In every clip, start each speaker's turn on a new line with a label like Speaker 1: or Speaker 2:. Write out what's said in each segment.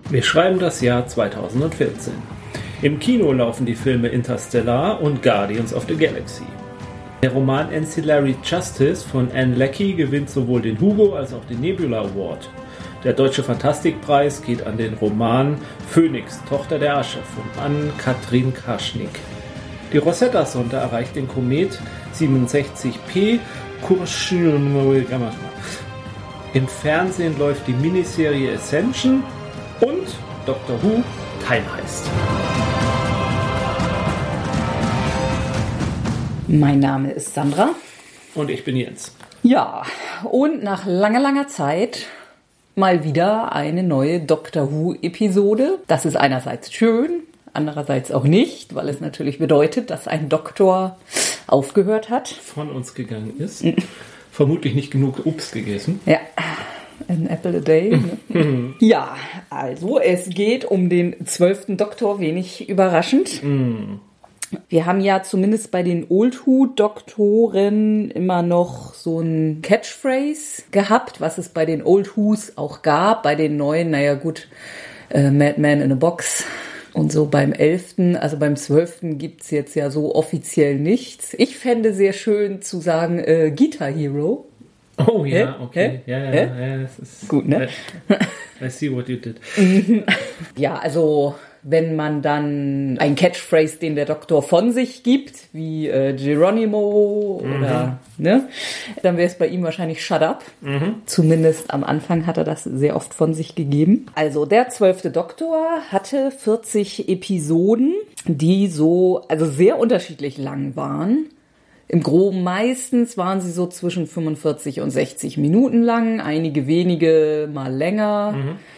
Speaker 1: Wir schreiben das Jahr 2014. Im Kino laufen die Filme Interstellar und Guardians of the Galaxy. Der Roman Ancillary Justice von Ann Leckie gewinnt sowohl den Hugo als auch den Nebula Award. Der Deutsche Fantastikpreis geht an den Roman Phoenix, Tochter der Asche von Ann-Kathrin Karschnick. Die Rosetta-Sonde erreicht den Komet 67P Kurschunwey. Im Fernsehen läuft die Miniserie Ascension und Doctor Who Time Heist.
Speaker 2: Mein Name ist Sandra.
Speaker 1: Und ich bin Jens.
Speaker 2: Ja, und nach langer Zeit mal wieder eine neue Doctor Who-Episode. Das ist einerseits schön, andererseits auch nicht, weil es natürlich bedeutet, dass ein Doktor aufgehört hat.
Speaker 1: Von uns gegangen ist. Vermutlich nicht genug Obst gegessen.
Speaker 2: Ja, an apple a day. Ne? Ja, also es geht um den 12. Doktor, wenig überraschend. Wir haben ja zumindest bei den Old Who-Doktoren immer noch so ein Catchphrase gehabt, was es bei den Old Whos auch gab. Bei den neuen, naja gut, Madman in a Box und so beim 11., also beim 12. gibt's jetzt ja so offiziell nichts. Ich fände sehr schön zu sagen Guitar Hero.
Speaker 1: Oh ja, okay. Ja, das ist
Speaker 2: gut, ne?
Speaker 1: I see what you did.
Speaker 2: Ja, also wenn man dann ein Catchphrase, den der Doktor von sich gibt, wie Geronimo oder, ne, dann wäre es bei ihm wahrscheinlich Shut Up. Zumindest am Anfang hat er das sehr oft von sich gegeben. Also der 12. Doktor hatte 40 Episoden, die so, also sehr unterschiedlich lang waren. Im Groben meistens waren sie so zwischen 45 und 60 Minuten lang, einige wenige mal länger.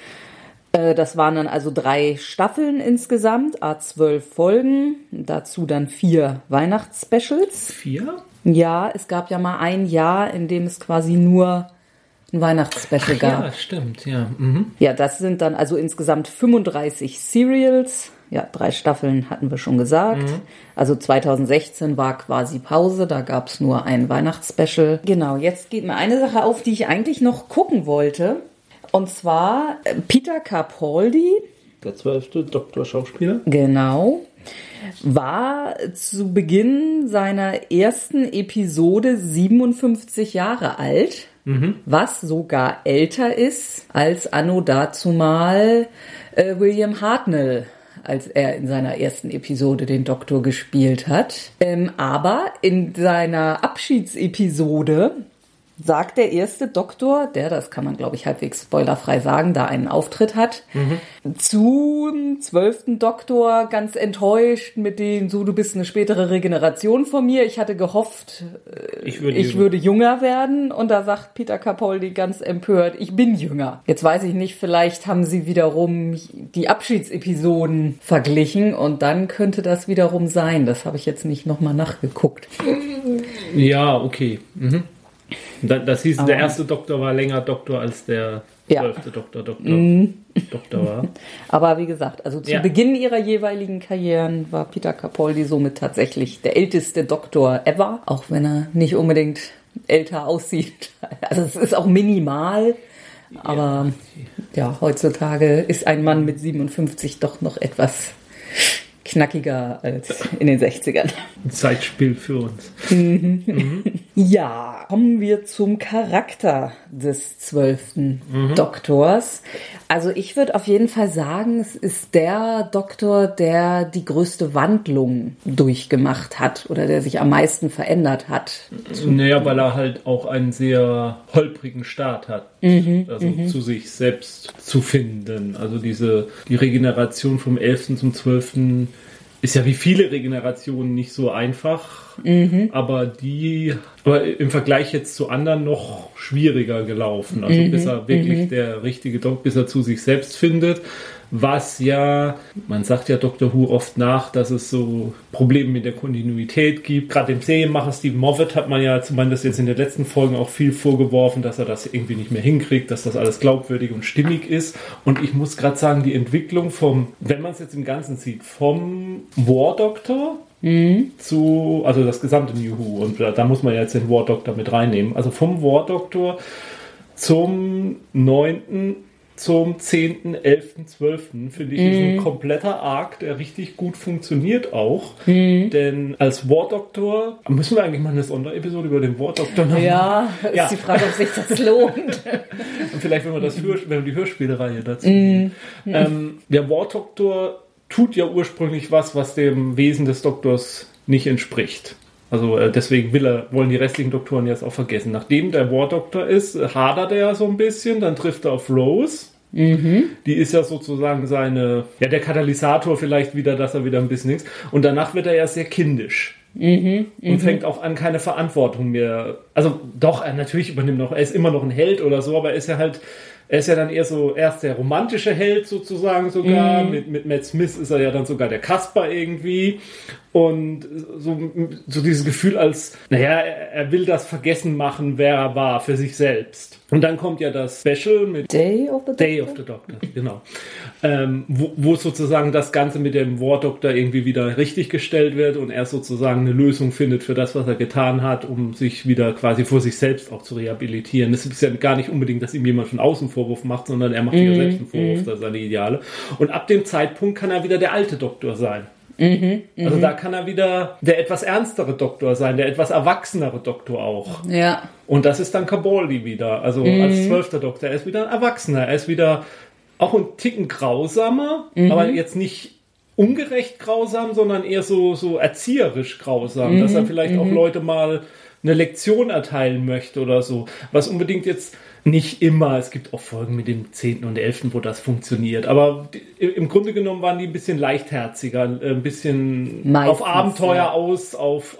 Speaker 2: Das waren dann also 3 Staffeln insgesamt, A12 Folgen, dazu dann 4 Weihnachtsspecials.
Speaker 1: 4?
Speaker 2: Ja, es gab ja mal ein Jahr, in dem es quasi nur ein Weihnachtsspecial gab.
Speaker 1: Ja, stimmt, ja.
Speaker 2: Ja, das sind dann also insgesamt 35 Serials. Ja, 3 Staffeln hatten wir schon gesagt. Also 2016 war quasi Pause, da gab es nur ein Weihnachtsspecial. Genau, jetzt geht mir eine Sache auf, die ich eigentlich noch gucken wollte. Und zwar Peter Capaldi.
Speaker 1: Der 12. Doktor-Schauspieler.
Speaker 2: Genau. War zu Beginn seiner ersten Episode 57 Jahre alt. Was sogar älter ist als anno dazumal William Hartnell, als er in seiner ersten Episode den Doktor gespielt hat. Aber in seiner Abschiedsepisode sagt der erste Doktor, der, das kann man glaube ich halbwegs spoilerfrei sagen, da einen Auftritt hat, zum 12. Doktor ganz enttäuscht mit dem, so, du bist eine spätere Regeneration von mir. Ich hatte gehofft, ich würde jünger werden. Und da sagt Peter Capaldi ganz empört, ich bin jünger. Jetzt weiß ich nicht, vielleicht haben sie wiederum die Abschiedsepisoden verglichen und dann könnte das wiederum sein. Das habe ich jetzt nicht nochmal nachgeguckt.
Speaker 1: Ja, okay. Das hieß, der erste Doktor war länger Doktor als der 12. Doktor war.
Speaker 2: Aber wie gesagt, also zu Beginn ihrer jeweiligen Karrieren war Peter Capaldi somit tatsächlich der älteste Doktor ever, auch wenn er nicht unbedingt älter aussieht. Also es ist auch minimal, aber ja, heutzutage ist ein Mann mit 57 doch noch etwas knackiger als in den 60ern.
Speaker 1: Ein Zeitspiel für uns.
Speaker 2: Ja, kommen wir zum Charakter des 12. Doktors. Also ich würde auf jeden Fall sagen, es ist der Doktor, der die größte Wandlung durchgemacht hat oder der sich am meisten verändert hat.
Speaker 1: Naja, weil er halt auch einen sehr holprigen Start hat, zu sich selbst zu finden. Also die Regeneration vom 11. zum 12. ist ja wie viele Regenerationen nicht so einfach, aber im Vergleich jetzt zu anderen noch schwieriger gelaufen. Also bis er wirklich der richtige Doktor, bis er zu sich selbst findet. Was ja, man sagt ja Doctor Who oft nach, dass es so Probleme mit der Kontinuität gibt. Gerade dem Serienmacher Stephen Moffat hat man ja zumindest jetzt in den letzten Folgen auch viel vorgeworfen, dass er das irgendwie nicht mehr hinkriegt, dass das alles glaubwürdig und stimmig ist. Und ich muss gerade sagen, die Entwicklung wenn man es jetzt im Ganzen sieht, vom War Doctor also das gesamte New Who, und da muss man ja jetzt den War Doctor mit reinnehmen, also vom War Doctor zum 9. zum 10., 11., 12. finde ich, ist ein kompletter Arc, der richtig gut funktioniert auch. Denn als War Doctor, müssen wir eigentlich mal eine Sonderepisode über den War Doctor machen?
Speaker 2: Ja, ist die Frage, ob sich das lohnt.
Speaker 1: Und vielleicht, wenn wir die Hörspielreihe dazu nehmen. Der War Doctor tut ja ursprünglich was dem Wesen des Doktors nicht entspricht. Also deswegen wollen die restlichen Doktoren jetzt auch vergessen. Nachdem der War Doctor ist, hadert er so ein bisschen, dann trifft er auf Rose. Die ist ja sozusagen der Katalysator vielleicht wieder, dass er wieder ein bisschen nichts. Und danach wird er ja sehr kindisch. Und fängt auch an, keine Verantwortung mehr. Also doch, er natürlich übernimmt noch, er ist immer noch ein Held oder so, aber er ist ja dann erst der romantische Held sozusagen sogar. Mit Matt Smith ist er ja dann sogar der Kasper irgendwie. Und so dieses Gefühl er will das vergessen machen, wer er war, für sich selbst. Und dann kommt ja das Special mit Day of the Doctor, genau. Wo sozusagen das Ganze mit dem War Doctor irgendwie wieder richtig gestellt wird und er sozusagen eine Lösung findet für das, was er getan hat, um sich wieder quasi vor sich selbst auch zu rehabilitieren. Das ist ja gar nicht unbedingt, dass ihm jemand von außen Vorwurf macht, sondern er macht sich ja selbst einen Vorwurf, dass seine Ideale. Und ab dem Zeitpunkt kann er wieder der alte Doktor sein. Also da kann er wieder der etwas ernstere Doktor sein, der etwas erwachsenere Doktor auch.
Speaker 2: Ja.
Speaker 1: Und das ist dann Capaldi wieder, also als 12. Doktor. Er ist wieder ein Erwachsener, er ist wieder auch ein Ticken grausamer, aber jetzt nicht ungerecht grausam, sondern eher so erzieherisch grausam, dass er vielleicht auch Leute mal eine Lektion erteilen möchte oder so. Was unbedingt jetzt nicht immer, es gibt auch Folgen mit dem 10. und 11., wo das funktioniert, aber im Grunde genommen waren die ein bisschen leichtherziger, ein bisschen meistens, auf Abenteuer aus, auf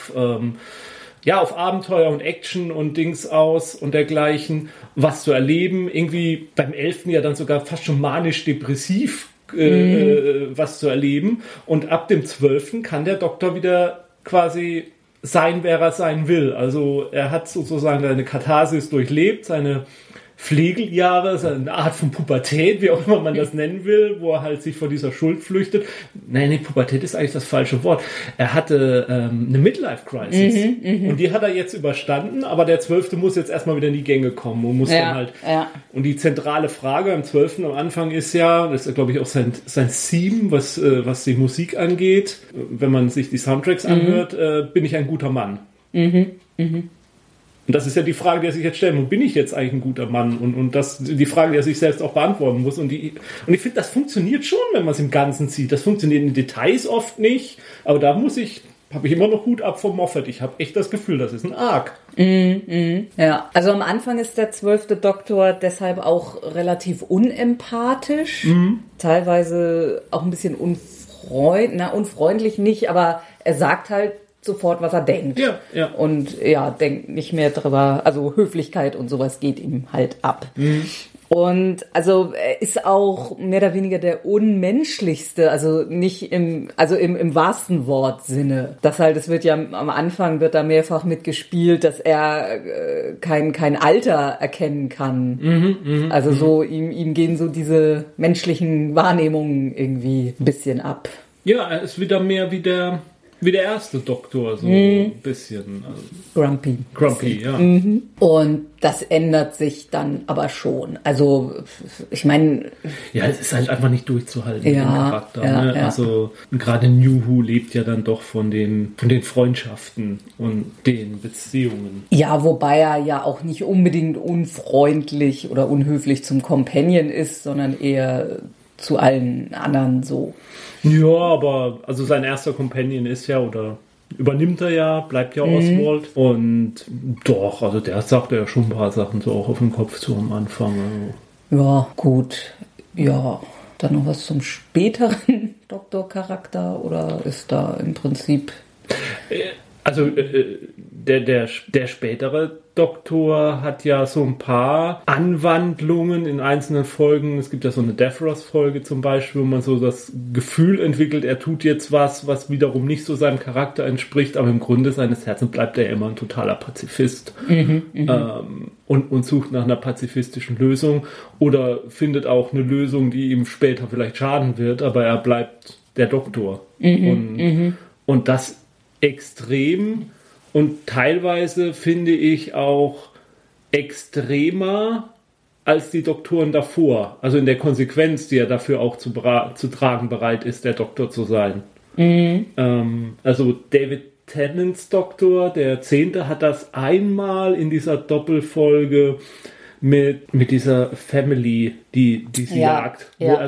Speaker 1: Abenteuer und Action und Dings aus und dergleichen, was zu erleben, irgendwie beim 11. ja dann sogar fast schon manisch-depressiv was zu erleben und ab dem 12. kann der Doktor wieder quasi sein, wer er sein will. Also er hat sozusagen seine Katharsis durchlebt, seine Pflegeljahre, eine Art von Pubertät, wie auch immer man das nennen will, wo er halt sich vor dieser Schuld flüchtet. Nee, Pubertät ist eigentlich das falsche Wort. Er hatte eine Midlife-Crisis und die hat er jetzt überstanden, aber der 12. muss jetzt erstmal wieder in die Gänge kommen und muss dann halt... Ja. Und die zentrale Frage am 12. am Anfang ist ja, das ist glaube ich auch sein Theme, was die Musik angeht, wenn man sich die Soundtracks anhört, bin ich ein guter Mann? Und das ist ja die Frage, die er sich jetzt stellen muss. Bin ich jetzt eigentlich ein guter Mann? Und das die Frage, die er sich selbst auch beantworten muss. Und ich finde, das funktioniert schon, wenn man es im Ganzen sieht. Das funktioniert in den Details oft nicht. Aber da habe ich immer noch Hut ab vom Moffat. Ich habe echt das Gefühl, das ist ein Arc.
Speaker 2: Ja, also am Anfang ist der 12. Doktor deshalb auch relativ unempathisch. Teilweise auch ein bisschen unfreundlich nicht, aber er sagt halt sofort, was er denkt. Ja. Und denkt nicht mehr drüber, also Höflichkeit und sowas geht ihm halt ab. Und also er ist auch mehr oder weniger der unmenschlichste, also nicht im wahrsten Wortsinne. Es wird ja am Anfang wird da mehrfach mitgespielt, dass er kein Alter erkennen kann. So ihm gehen so diese menschlichen Wahrnehmungen irgendwie ein bisschen ab.
Speaker 1: Ja, er ist wieder mehr wie der erste Doktor, so ein bisschen. Also Grumpy, ja.
Speaker 2: Und das ändert sich dann aber schon. Also, ich meine...
Speaker 1: Ja, es ist halt einfach nicht durchzuhalten, den Charakter. Ne? Ja. Also, gerade New Who lebt ja dann doch von den Freundschaften und den Beziehungen.
Speaker 2: Ja, wobei er ja auch nicht unbedingt unfreundlich oder unhöflich zum Companion ist, sondern eher zu allen anderen so.
Speaker 1: Ja, aber also sein erster Companion ist ja, oder übernimmt er ja, bleibt ja Oswald. Und doch, also der sagt ja schon ein paar Sachen so auch auf den Kopf zu am Anfang. Also.
Speaker 2: Ja, gut. Ja, dann noch was zum späteren Doktorcharakter oder ist da im Prinzip...
Speaker 1: Also der spätere Doktor hat ja so ein paar Anwandlungen in einzelnen Folgen. Es gibt ja so eine Davros-Folge zum Beispiel, wo man so das Gefühl entwickelt, er tut jetzt was wiederum nicht so seinem Charakter entspricht, aber im Grunde seines Herzens bleibt er immer ein totaler Pazifist und sucht nach einer pazifistischen Lösung oder findet auch eine Lösung, die ihm später vielleicht schaden wird, aber er bleibt der Doktor. Und das extrem und teilweise finde ich auch extremer als die Doktoren davor. Also in der Konsequenz, die er dafür auch zu tragen bereit ist, der Doktor zu sein. Also David Tennants Doktor, der 10., hat das einmal in dieser Doppelfolge mit dieser Family, die sie jagt,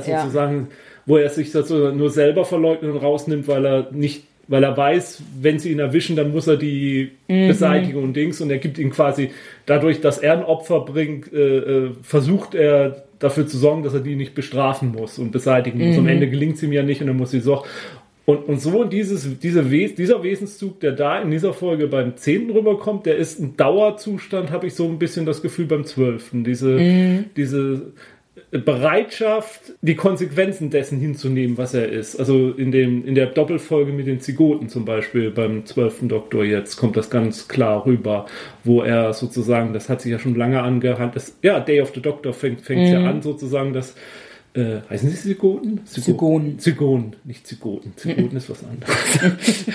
Speaker 1: wo er sich sozusagen nur selber verleugnet und rausnimmt, weil er weiß, wenn sie ihn erwischen, dann muss er die beseitigen und Dings, und er gibt ihm quasi, dadurch, dass er ein Opfer bringt, versucht er dafür zu sorgen, dass er die nicht bestrafen muss und beseitigen muss. Am Ende gelingt es ihm ja nicht, und dann muss sie so. Und so dieser Wesenszug, der da in dieser Folge beim 10. rüberkommt, der ist ein Dauerzustand, habe ich so ein bisschen das Gefühl beim 12. Diese Bereitschaft, die Konsequenzen dessen hinzunehmen, was er ist. Also in der Doppelfolge mit den Zygoten zum Beispiel, beim 12. Doktor jetzt, kommt das ganz klar rüber, wo er sozusagen, das hat sich ja schon lange angehört, Day of the Doctor fängt ja an, sozusagen, dass heißen sie Zygoten? Zygonen, nicht Zygoten. Zygoten ist was anderes.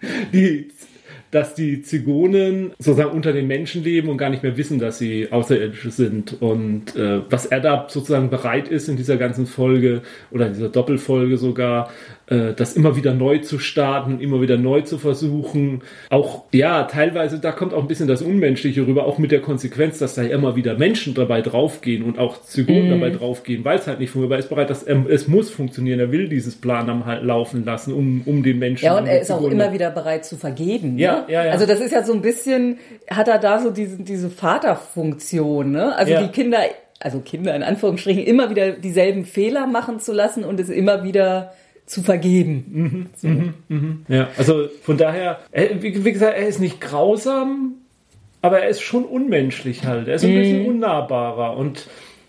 Speaker 1: Dass die Zygonen sozusagen unter den Menschen leben und gar nicht mehr wissen, dass sie Außerirdische sind. Und was er da sozusagen bereit ist in dieser ganzen Folge oder in dieser Doppelfolge sogar, das immer wieder neu zu starten, immer wieder neu zu versuchen. Auch, teilweise, da kommt auch ein bisschen das Unmenschliche rüber, auch mit der Konsequenz, dass da immer wieder Menschen dabei draufgehen und auch Zygonen dabei draufgehen, weil es halt nicht funktioniert. Aber er ist bereit, es muss funktionieren. Er will dieses Plan am halt laufen lassen, um den Menschen.
Speaker 2: Ja, und er ist auch immer wieder bereit zu vergeben. Ne? Ja. Also das ist ja so ein bisschen, hat er da so diese Vaterfunktion, ne? Also die Kinder in Anführungsstrichen, immer wieder dieselben Fehler machen zu lassen und es immer wieder zu vergeben.
Speaker 1: Ja, also von daher, wie gesagt, er ist nicht grausam, aber er ist schon unmenschlich halt. Er ist ein bisschen unnahbarer und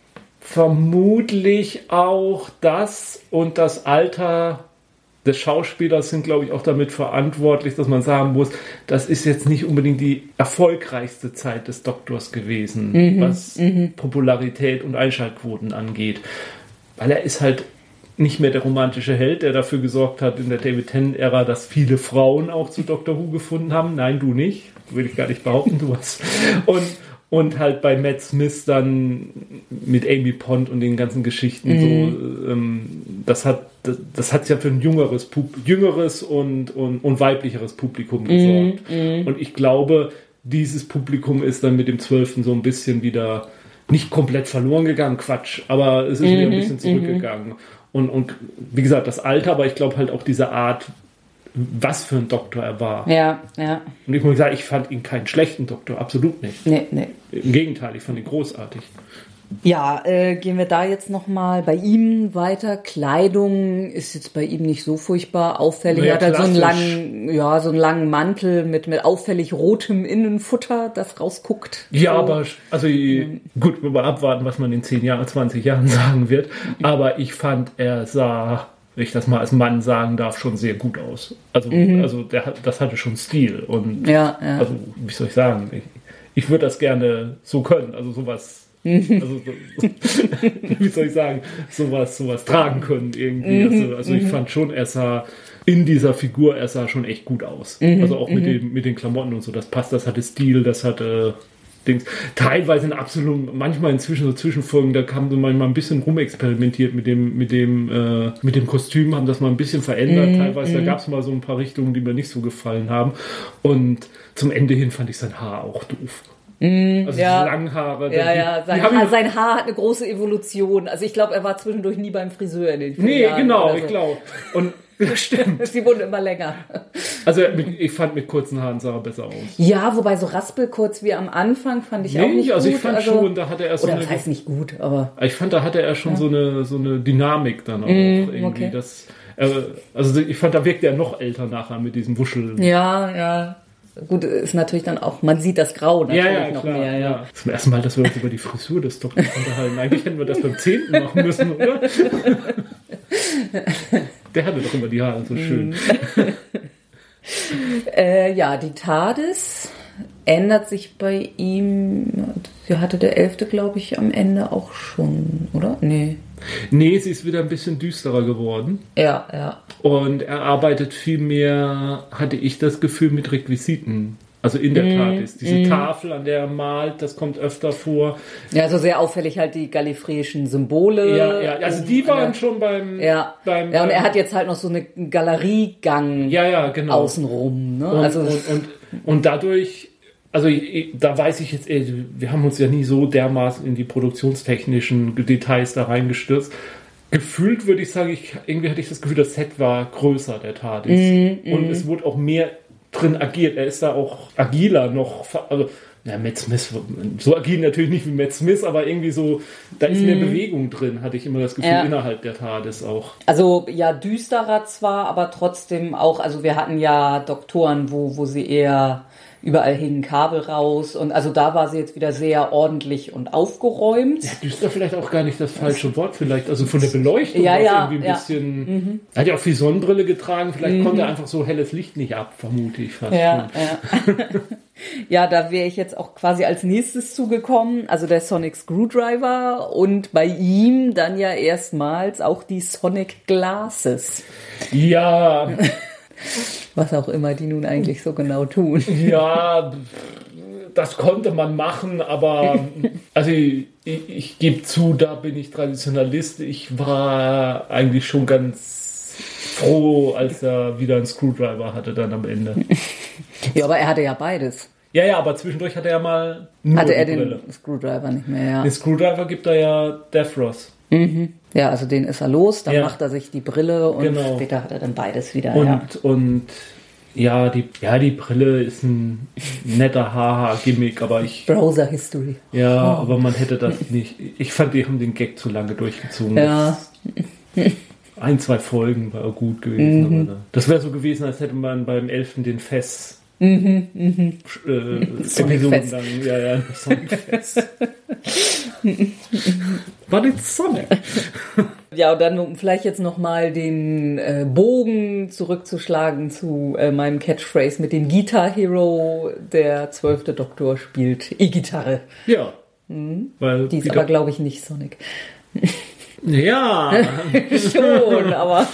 Speaker 1: vermutlich auch das und das Alter des Schauspielers sind, glaube ich, auch damit verantwortlich, dass man sagen muss, das ist jetzt nicht unbedingt die erfolgreichste Zeit des Doktors gewesen, was Popularität und Einschaltquoten angeht. Weil er ist halt nicht mehr der romantische Held, der dafür gesorgt hat in der David Tennant-Ära, dass viele Frauen auch zu Doctor Who gefunden haben. Nein, du nicht. Würde ich gar nicht behaupten, du hast. Und halt bei Matt Smith dann mit Amy Pond und den ganzen Geschichten das hat ja für ein jüngeres und weiblicheres Publikum gesorgt. Und ich glaube, dieses Publikum ist dann mit dem 12. so ein bisschen wieder nicht komplett verloren gegangen, Quatsch, aber es ist wieder ein bisschen zurückgegangen. Und wie gesagt, das Alter, aber ich glaube halt auch diese Art, was für ein Doktor er war.
Speaker 2: Ja.
Speaker 1: Und ich muss sagen, ich fand ihn keinen schlechten Doktor, absolut nicht.
Speaker 2: Nee.
Speaker 1: Im Gegenteil, ich fand ihn großartig.
Speaker 2: Ja, gehen wir da jetzt nochmal bei ihm weiter. Kleidung ist jetzt bei ihm nicht so furchtbar auffällig.
Speaker 1: Naja,
Speaker 2: er hat halt so einen langen Mantel mit auffällig rotem Innenfutter, das rausguckt.
Speaker 1: Ja, aber also gut, wir mal abwarten, was man in 10 Jahren, 20 Jahren sagen wird. Aber ich fand, er sah, wenn ich das mal als Mann sagen darf, schon sehr gut aus. Also das hatte schon Stil. Und also, wie soll ich sagen, ich würde das gerne so können. Also sowas. Also, wie soll ich sagen, sowas tragen können irgendwie. Also ich fand schon, er sah in dieser Figur, schon echt gut aus. Also auch mit den Klamotten und so, das passt, das hatte Stil, das hatte Dings. Teilweise manchmal inzwischen so Zwischenfolgen, da haben sie manchmal ein bisschen rumexperimentiert mit dem Kostüm, haben das mal ein bisschen verändert. Teilweise, da gab es mal so ein paar Richtungen, die mir nicht so gefallen haben. Und zum Ende hin fand ich sein Haar auch doof. Also lange Haare.
Speaker 2: Sein Haar hat eine große Evolution. Also ich glaube, er war zwischendurch nie beim Friseur in den Jahren.
Speaker 1: Genau, ich glaube. Und stimmt.
Speaker 2: Sie wurden immer länger.
Speaker 1: Also ich fand, mit kurzen Haaren sah er besser aus.
Speaker 2: Ja, wobei so raspelkurz wie am Anfang fand ich auch nicht gut.
Speaker 1: Also ich fand schon, da hatte er so
Speaker 2: das heißt nicht gut, aber...
Speaker 1: Ich fand, da hatte er schon so eine Dynamik dann auch irgendwie. Okay. Also ich fand, da wirkte er noch älter nachher mit diesem Wuscheln.
Speaker 2: Ja. Gut, ist natürlich dann auch, man sieht das Grau natürlich noch
Speaker 1: klar,
Speaker 2: mehr.
Speaker 1: Ja. Zum ersten Mal, dass wir uns über die Frisur des Doktors unterhalten. Eigentlich hätten wir das beim 10. machen müssen, oder? Der hatte doch immer die Haare so schön.
Speaker 2: Die TARDIS ändert sich bei ihm. Sie hatte der 11., glaube ich, am Ende auch schon, oder? Nee,
Speaker 1: sie ist wieder ein bisschen düsterer geworden.
Speaker 2: Ja.
Speaker 1: Und er arbeitet viel mehr, hatte ich das Gefühl, mit Requisiten. Also in der TARDIS. Diese Tafel, an der er malt, das kommt öfter vor.
Speaker 2: Ja, also sehr auffällig halt die gallifreyischen Symbole.
Speaker 1: Ja, also die waren schon beim...
Speaker 2: Ja, und er hat jetzt halt noch so einen Galeriegang
Speaker 1: genau.
Speaker 2: außenrum. Ne?
Speaker 1: Und dadurch... Also da weiß ich jetzt, wir haben uns ja nie so dermaßen in die produktionstechnischen Details da reingestürzt. Gefühlt würde ich sagen, irgendwie hatte ich das Gefühl, das Set war größer, der TARDIS. Und es wurde auch mehr drin agiert. Er ist da auch agiler noch. Also, Matt Smith, so agil natürlich nicht wie Matt Smith, aber irgendwie so, da ist mehr Bewegung drin, hatte ich immer das Gefühl, innerhalb der TARDIS auch.
Speaker 2: Also ja, düsterer zwar, aber trotzdem auch, also wir hatten ja Doktoren, wo sie eher... Überall hingen Kabel raus und also da war sie jetzt wieder sehr ordentlich und aufgeräumt.
Speaker 1: Ja, düster vielleicht auch gar nicht das falsche Wort, vielleicht. Also von der Beleuchtung war es irgendwie ein bisschen... Er hat ja auch viel Sonnenbrille getragen, vielleicht konnte er einfach so helles Licht nicht ab, vermute ich fast.
Speaker 2: Ja. Ja, da wäre ich jetzt auch quasi als nächstes zugekommen, also der Sonic Screwdriver und bei ihm dann ja erstmals auch die Sonic Glasses.
Speaker 1: Ja...
Speaker 2: Was auch immer die nun eigentlich so genau tun.
Speaker 1: Ja, das konnte man machen, aber also ich gebe zu, da bin ich Traditionalist. Ich war eigentlich schon ganz froh, als er wieder einen Screwdriver hatte dann am Ende.
Speaker 2: Ja, aber er hatte ja beides.
Speaker 1: Ja, aber zwischendurch hatte er mal nur
Speaker 2: hatte er
Speaker 1: die Brille.
Speaker 2: Den Screwdriver nicht mehr, ja.
Speaker 1: Den Screwdriver gibt er ja Davros.
Speaker 2: Ja, also den ist er los, dann macht er sich die Brille und später hat er dann beides wieder.
Speaker 1: Und die Brille ist ein netter Haha-Gimmick, aber
Speaker 2: Browser History.
Speaker 1: Ja, aber man hätte das nicht... Ich fand, die haben den Gag zu lange durchgezogen.
Speaker 2: Ja.
Speaker 1: 1-2 Folgen war gut gewesen. Aber das wäre so gewesen, als hätte man beim 11. den Fest...
Speaker 2: Sonic-Fest.
Speaker 1: Sonic-Fest. But it's Sonic.
Speaker 2: Ja, und dann um vielleicht jetzt nochmal den Bogen zurückzuschlagen zu meinem Catchphrase mit dem Guitar Hero. Der 12. Doktor spielt E-Gitarre.
Speaker 1: Ja.
Speaker 2: Weil die ist aber, glaube ich, nicht Sonic.
Speaker 1: Ja.
Speaker 2: Schon, aber...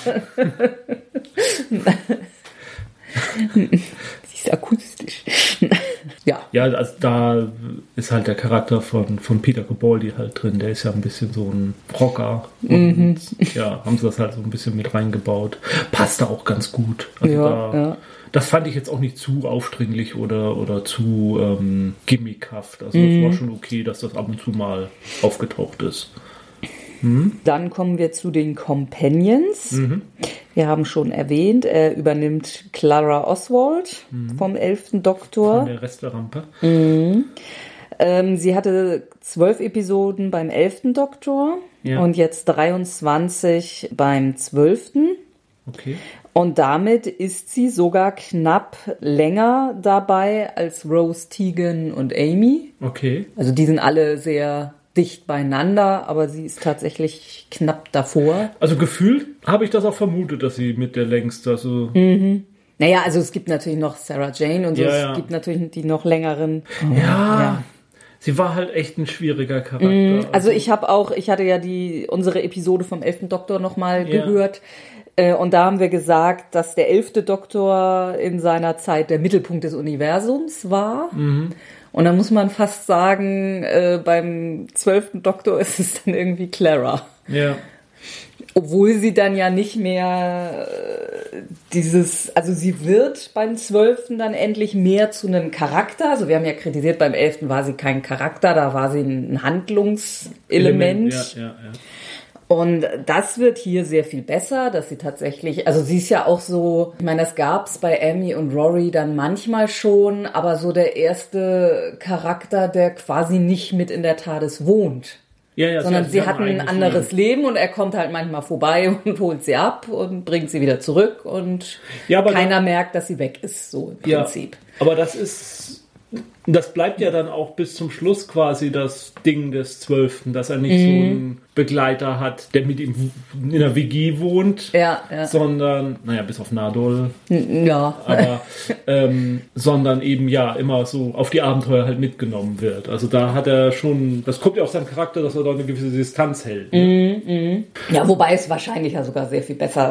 Speaker 2: Sie ist akustisch. Ja.
Speaker 1: Ja, also da ist halt der Charakter von Peter Capaldi halt drin. Der ist ja ein bisschen so ein Rocker. Und haben sie das halt so ein bisschen mit reingebaut. Passt da auch ganz gut. Also das fand ich jetzt auch nicht zu aufdringlich oder zu gimmickhaft. Also das war schon okay, dass das ab und zu mal aufgetaucht ist.
Speaker 2: Dann kommen wir zu den Companions. Wir haben schon erwähnt, er übernimmt Clara Oswald vom 11. Doktor.
Speaker 1: Von der Resterampe.
Speaker 2: Sie hatte 12 Episoden beim 11. Doktor und jetzt 23 beim 12.
Speaker 1: Okay.
Speaker 2: Und damit ist sie sogar knapp länger dabei als Rose, Tegan und Amy.
Speaker 1: Okay.
Speaker 2: Also die sind alle sehr... dicht beieinander, aber sie ist tatsächlich knapp davor.
Speaker 1: Also gefühlt habe ich das auch vermutet, dass sie mit der längste, also...
Speaker 2: Naja, also es gibt natürlich noch Sarah Jane und so, es gibt natürlich die noch längeren.
Speaker 1: Ja, sie war halt echt ein schwieriger Charakter.
Speaker 2: Also ich hatte ja unsere Episode vom 11. Doktor nochmal gehört. Und da haben wir gesagt, dass der 11. Doktor in seiner Zeit der Mittelpunkt des Universums war. Und dann muss man fast sagen, beim 12. Doktor ist es dann irgendwie Clara.
Speaker 1: Ja.
Speaker 2: Obwohl sie dann ja nicht mehr also sie wird beim 12. dann endlich mehr zu einem Charakter. Also wir haben ja kritisiert, beim 11. war sie kein Charakter, da war sie ein Handlungselement.
Speaker 1: Ja.
Speaker 2: Und das wird hier sehr viel besser, dass sie tatsächlich, also sie ist ja auch so, ich meine, das gab's bei Amy und Rory dann manchmal schon, aber so der erste Charakter, der quasi nicht mit in der TARDIS wohnt. Sondern sie hat ein anderes Leben und er kommt halt manchmal vorbei und holt sie ab und bringt sie wieder zurück und keiner merkt, dass sie weg ist, so im Prinzip.
Speaker 1: Aber das bleibt ja dann auch bis zum Schluss quasi das Ding des 12., dass er nicht so einen Begleiter hat, der mit ihm in einer WG wohnt, sondern, bis auf Nadol, aber sondern eben immer so auf die Abenteuer halt mitgenommen wird. Also da hat er schon, das kommt ja aus seinem Charakter, dass er da eine gewisse Distanz hält.
Speaker 2: Ne? Ja, wobei es wahrscheinlich ja sogar sehr viel besser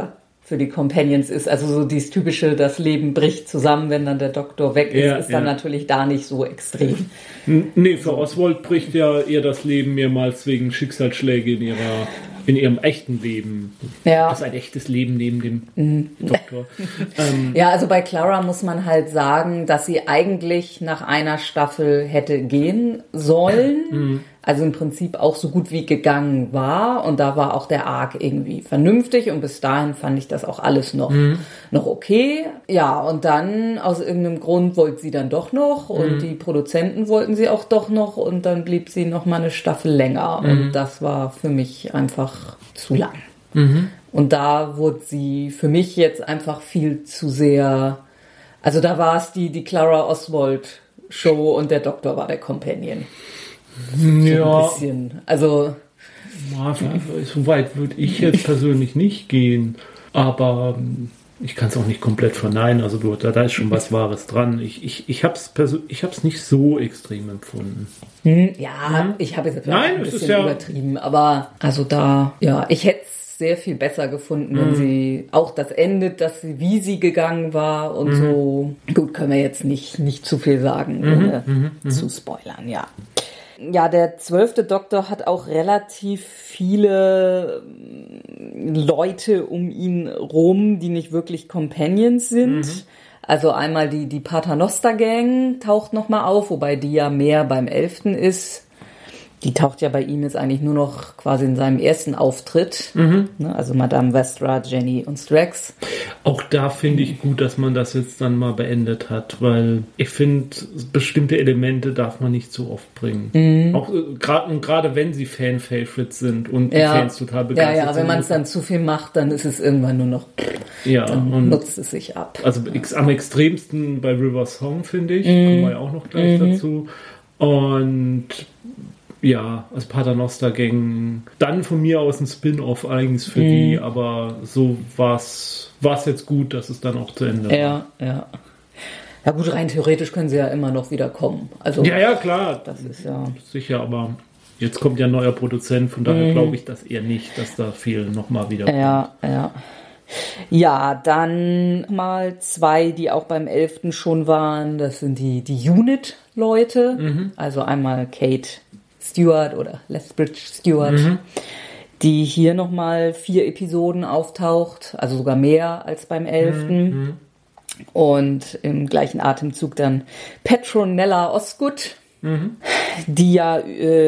Speaker 2: für die Companions ist. Also so dieses typische, das Leben bricht zusammen, wenn dann der Doktor weg ist, ist dann natürlich da nicht so extrem.
Speaker 1: Nee, für Oswald bricht ja eher das Leben mehrmals wegen Schicksalsschläge in ihrem echten Leben.
Speaker 2: Ja.
Speaker 1: Das ist ein echtes Leben neben dem Doktor.
Speaker 2: Ja, also bei Clara muss man halt sagen, dass sie eigentlich nach einer Staffel hätte gehen sollen. Also im Prinzip auch so gut wie gegangen war. Und da war auch der Arc irgendwie vernünftig. Und bis dahin fand ich das auch alles noch okay. Ja, und dann aus irgendeinem Grund wollte sie dann doch noch. Und die Produzenten wollten sie auch doch noch. Und dann blieb sie noch mal eine Staffel länger. Und das war für mich einfach zu lang. Und da wurde sie für mich jetzt einfach viel zu sehr... Also da war es die Clara Oswald Show und der Doktor war der Companion.
Speaker 1: Ja.
Speaker 2: Ein bisschen. Also.
Speaker 1: So weit würde ich jetzt persönlich nicht gehen. Aber ich kann es auch nicht komplett verneinen. Also da ist schon was Wahres dran. Ich habe es nicht so extrem empfunden.
Speaker 2: Ja, ich habe jetzt ein bisschen übertrieben. Aber also da, ja, ich hätte es sehr viel besser gefunden, wenn sie auch das Ende, wie sie gegangen war und so. Gut, können wir jetzt nicht zu viel sagen, ohne zu spoilern, ja. Ja, der 12. Doktor hat auch relativ viele Leute um ihn rum, die nicht wirklich Companions sind. Also einmal die Paternoster Gang taucht nochmal auf, wobei die ja mehr beim 11. ist. Die taucht ja bei ihm jetzt eigentlich nur noch quasi in seinem ersten Auftritt. Also Madame Vestra, Jenny und Strax.
Speaker 1: Auch da finde ich gut, dass man das jetzt dann mal beendet hat, weil ich finde, bestimmte Elemente darf man nicht so oft bringen. Auch gerade wenn sie Fan-Favorites sind und die Fans total begeistert sind.
Speaker 2: Ja, wenn man es dann zu viel macht, dann ist es irgendwann nur noch, dann nutzt es sich ab.
Speaker 1: Also am extremsten bei River Song, finde ich. Kommen wir ja auch noch gleich dazu. Und ja, als Paternoster Gang. Dann von mir aus ein Spin-off eigens für die, aber so war's jetzt gut, dass es dann auch zu Ende war.
Speaker 2: Ja. Ja gut, rein theoretisch können sie ja immer noch wieder kommen. Also,
Speaker 1: ja, klar.
Speaker 2: Das ist ja...
Speaker 1: Sicher, aber jetzt kommt ja ein neuer Produzent, von daher glaube ich das eher nicht, dass da viel nochmal wieder kommt.
Speaker 2: Ja. Ja, dann mal 2, die auch beim 11. schon waren. Das sind die Unit-Leute. Also einmal Kate Stewart oder Lethbridge Stewart, die hier nochmal 4 Episoden auftaucht, also sogar mehr als beim 11. Und im gleichen Atemzug dann Petronella Osgood, die ja,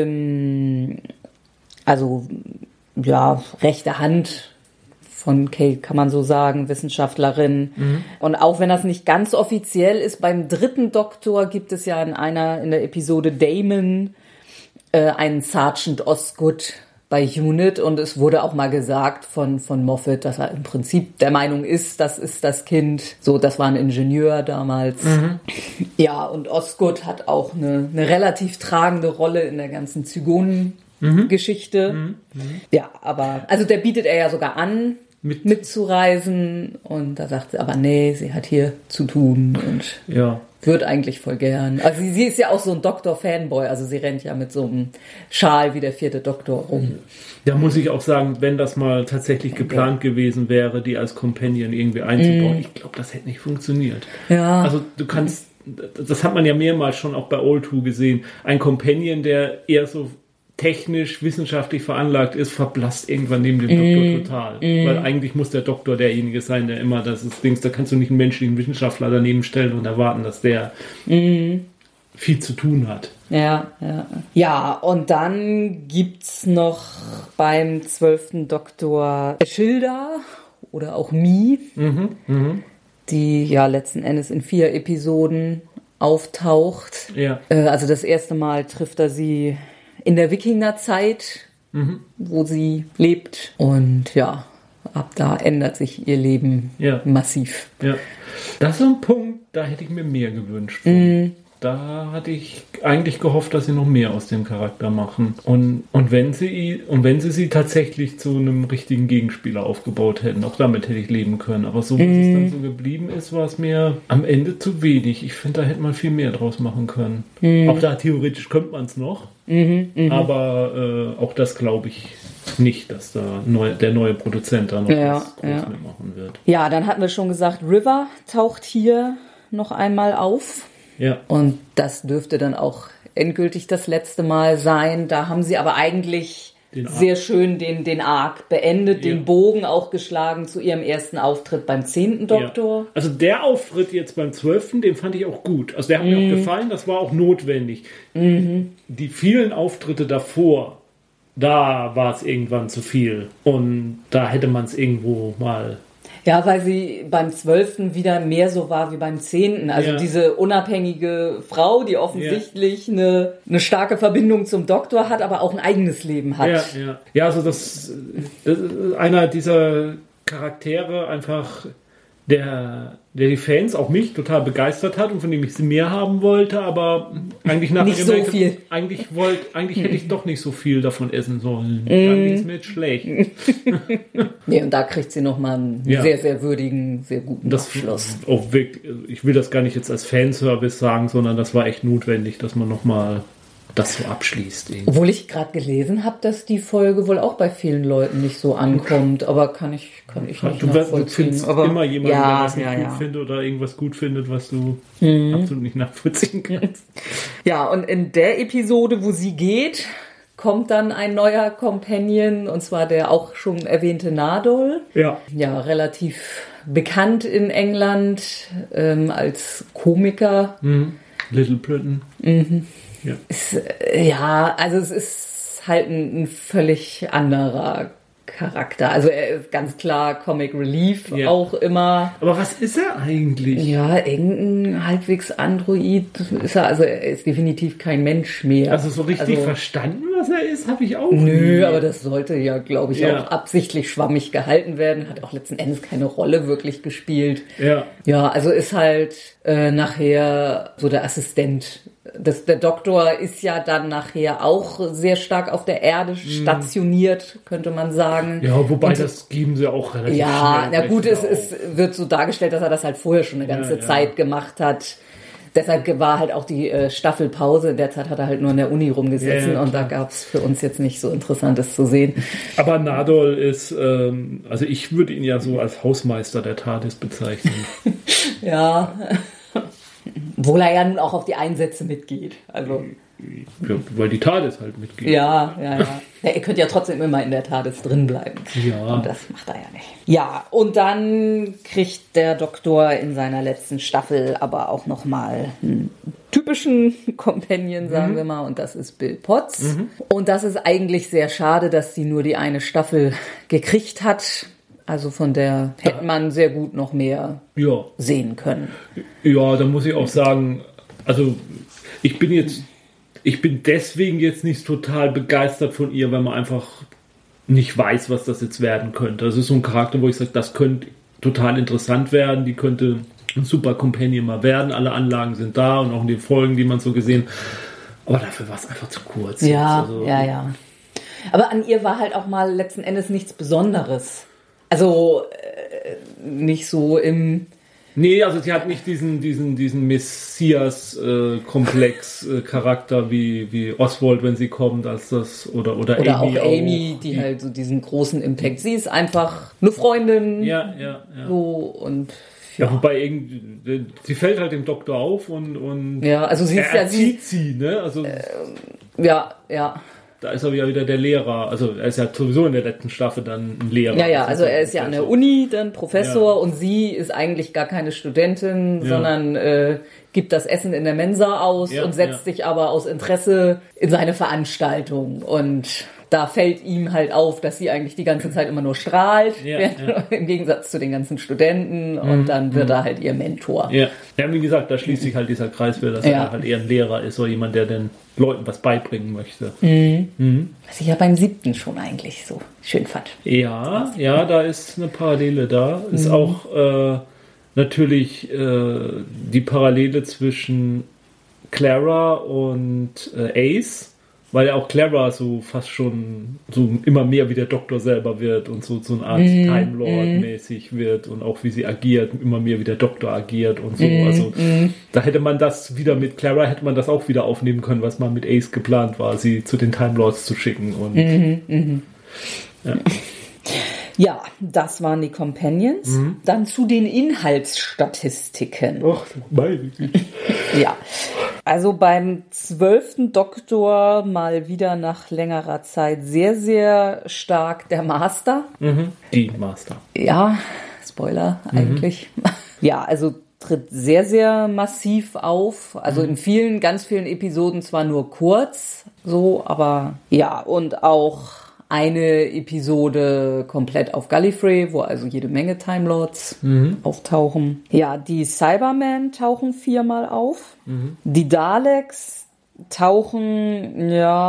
Speaker 2: rechte Hand von Kate, kann man so sagen, Wissenschaftlerin. Und auch wenn das nicht ganz offiziell ist, beim 3. Doktor gibt es ja in der Episode Damon einen Sergeant Osgood bei Unit und es wurde auch mal gesagt von Moffat, dass er im Prinzip der Meinung ist, das ist das Kind. So, das war ein Ingenieur damals. Ja, und Osgood hat auch eine relativ tragende Rolle in der ganzen Zygonen-Geschichte. Ja, aber, also der bietet er ja sogar an, mitzureisen und da sagt sie aber, nee, sie hat hier zu tun und wird eigentlich voll gern. Also sie ist ja auch so ein Doktor-Fanboy, also sie rennt ja mit so einem Schal wie der 4. Doktor rum.
Speaker 1: Da muss ich auch sagen, wenn das mal tatsächlich geplant gewesen wäre, die als Companion irgendwie einzubauen, ich glaube, das hätte nicht funktioniert.
Speaker 2: Ja.
Speaker 1: Also du kannst, das hat man ja mehrmals schon auch bei Old Who gesehen, ein Companion, der eher so technisch, wissenschaftlich veranlagt ist, verblasst irgendwann neben dem Doktor total. Weil eigentlich muss der Doktor derjenige sein, der immer das Ding, da kannst du nicht einen menschlichen Wissenschaftler daneben stellen und erwarten, dass der viel zu tun hat.
Speaker 2: Ja. Ja, und dann gibt's noch beim 12. Doktor Schilder oder auch Mi, die ja letzten Endes in 4 Episoden auftaucht.
Speaker 1: Ja.
Speaker 2: Also das erste Mal trifft er sie in der Wikingerzeit, wo sie lebt. Und ja, ab da ändert sich ihr Leben massiv. Ja.
Speaker 1: Das ist so ein Punkt, da hätte ich mir mehr gewünscht. Da hatte ich eigentlich gehofft, dass sie noch mehr aus dem Charakter machen. Und wenn sie tatsächlich zu einem richtigen Gegenspieler aufgebaut hätten, auch damit hätte ich leben können. Aber so, wie es dann so geblieben ist, war es mir am Ende zu wenig. Ich finde, da hätte man viel mehr draus machen können. Auch da theoretisch könnte man es noch. Aber auch das, glaube ich, nicht, dass da der neue Produzent da noch was groß mitmachen wird.
Speaker 2: Ja, dann hatten wir schon gesagt, River taucht hier noch einmal auf.
Speaker 1: Ja.
Speaker 2: Und das dürfte dann auch endgültig das letzte Mal sein. Da haben sie aber eigentlich sehr schön den Arc beendet, den Bogen auch geschlagen zu ihrem ersten Auftritt beim 10. Doktor.
Speaker 1: Ja. Also der Auftritt jetzt beim 12., den fand ich auch gut. Also der hat mir auch gefallen, das war auch notwendig. Die vielen Auftritte davor, da war es irgendwann zu viel. Und da hätte man es irgendwo mal...
Speaker 2: Ja, weil sie beim 12. wieder mehr so war wie beim 10. Also diese unabhängige Frau, die offensichtlich eine starke Verbindung zum Doktor hat, aber auch ein eigenes Leben hat.
Speaker 1: Ja, also das ist einer dieser Charaktere einfach, der die Fans, auch mich, total begeistert hat und von dem ich sie mehr haben wollte, aber eigentlich nachher
Speaker 2: nicht so viel.
Speaker 1: Eigentlich hätte ich doch nicht so viel davon essen sollen. Eigentlich ist mir jetzt schlecht.
Speaker 2: Nee, und da kriegt sie nochmal einen sehr, sehr würdigen, sehr guten Abschluss.
Speaker 1: Auch wirklich, ich will das gar nicht jetzt als Fanservice sagen, sondern das war echt notwendig, dass man nochmal das so abschließt. Irgendwie.
Speaker 2: Obwohl ich gerade gelesen habe, dass die Folge wohl auch bei vielen Leuten nicht so ankommt, aber kann ich nicht nachvollziehen.
Speaker 1: Du findest immer jemanden, der das nicht gut findet oder irgendwas gut findet, was du absolut nicht nachvollziehen kannst.
Speaker 2: Ja, und in der Episode, wo sie geht, kommt dann ein neuer Companion, und zwar der auch schon erwähnte Nadol. Ja, relativ bekannt in England als Komiker.
Speaker 1: Little Britain.
Speaker 2: Also es ist halt ein völlig anderer Charakter. Also er ist ganz klar Comic Relief auch immer.
Speaker 1: Aber was ist er eigentlich?
Speaker 2: Ja, irgendein halbwegs Android ist er. Also er ist definitiv kein Mensch mehr.
Speaker 1: Also so richtig verstanden, was er ist, habe ich auch
Speaker 2: nicht. Aber das sollte ja, glaube ich, auch absichtlich schwammig gehalten werden. Hat auch letzten Endes keine Rolle wirklich gespielt. Ja, also ist halt nachher so der Assistent. Der Doktor ist ja dann nachher auch sehr stark auf der Erde stationiert, könnte man sagen.
Speaker 1: Ja, wobei das geben sie auch relativ schnell.
Speaker 2: Ja, na gut, es wird so dargestellt, dass er das halt vorher schon eine ganze Zeit gemacht hat. Deshalb war halt auch die Staffelpause. In der Zeit hat er halt nur in der Uni rumgesessen und da gab es für uns jetzt nicht so Interessantes zu sehen.
Speaker 1: Aber Nadol ist, also ich würde ihn ja so als Hausmeister der TARDIS bezeichnen.
Speaker 2: Ja. Obwohl er ja nun auch auf die Einsätze mitgeht. Also.
Speaker 1: Ja, weil die TARDIS halt mitgeht.
Speaker 2: Ja. Ihr könnt ja trotzdem immer in der TARDIS drin bleiben.
Speaker 1: Ja.
Speaker 2: Und das macht er ja nicht. Ja, und dann kriegt der Doktor in seiner letzten Staffel aber auch nochmal einen typischen Companion, sagen wir mal, und das ist Bill Potts. Und das ist eigentlich sehr schade, dass sie nur die eine Staffel gekriegt hat. Also von der hätte man sehr gut noch mehr sehen können.
Speaker 1: Ja, da muss ich auch sagen, also ich bin deswegen jetzt nicht total begeistert von ihr, weil man einfach nicht weiß, was das jetzt werden könnte. Das ist so ein Charakter, wo ich sage, das könnte total interessant werden, die könnte ein super Companion mal werden, alle Anlagen sind da und auch in den Folgen, die man so gesehen, aber dafür war es einfach zu kurz.
Speaker 2: Ja. Aber an ihr war halt auch mal letzten Endes nichts Besonderes. Also nicht so im...
Speaker 1: Nee, also sie hat nicht diesen Messias-Komplex-Charakter wie Oswald, wenn sie kommt, als das oder
Speaker 2: Amy auch Amy, die halt so diesen großen Impact. Sie ist einfach eine Freundin.
Speaker 1: Ja.
Speaker 2: So und
Speaker 1: ja, wobei sie fällt halt dem Doktor auf und
Speaker 2: also sie ist
Speaker 1: erzieht sie, ne? Also
Speaker 2: ja.
Speaker 1: Da ist er wieder der Lehrer. Also er ist ja sowieso in der letzten Staffel dann ein Lehrer.
Speaker 2: Ja, also er ist ja an der Uni dann Professor und sie ist eigentlich gar keine Studentin, sondern gibt das Essen in der Mensa aus und setzt sich aber aus Interesse in seine Veranstaltung. Und da fällt ihm halt auf, dass sie eigentlich die ganze Zeit immer nur strahlt, im Gegensatz zu den ganzen Studenten. Und dann wird er halt ihr Mentor.
Speaker 1: Ja, wie gesagt, da schließt sich halt dieser Kreis wieder, dass er halt eher ein Lehrer ist oder jemand, der den Leuten was beibringen möchte.
Speaker 2: Was ich ja beim 7. schon eigentlich so schön fand.
Speaker 1: Ja, da ist eine Parallele da. Ist auch natürlich die Parallele zwischen Clara und Ace, weil ja auch Clara so fast schon so immer mehr wie der Doktor selber wird und so eine Art Time Lord-mäßig wird und auch wie sie agiert, immer mehr wie der Doktor agiert und so. Also da hätte man das wieder mit Clara, hätte man das auch wieder aufnehmen können, was mal mit Ace geplant war, sie zu den Time Lords zu schicken. Und
Speaker 2: Ja, das waren die Companions. Dann zu den Inhaltsstatistiken.
Speaker 1: Ach, meine Güte.
Speaker 2: Ja, also beim 12. Doktor mal wieder nach längerer Zeit sehr, sehr stark der Master.
Speaker 1: Die Master.
Speaker 2: Ja, Spoiler eigentlich. Ja, also tritt sehr, sehr massiv auf. Also in ganz vielen Episoden zwar nur kurz, so, aber ja, und auch eine Episode komplett auf Gallifrey, wo also jede Menge Time Lords auftauchen. Ja, die Cybermen tauchen 4-mal auf. Die Daleks tauchen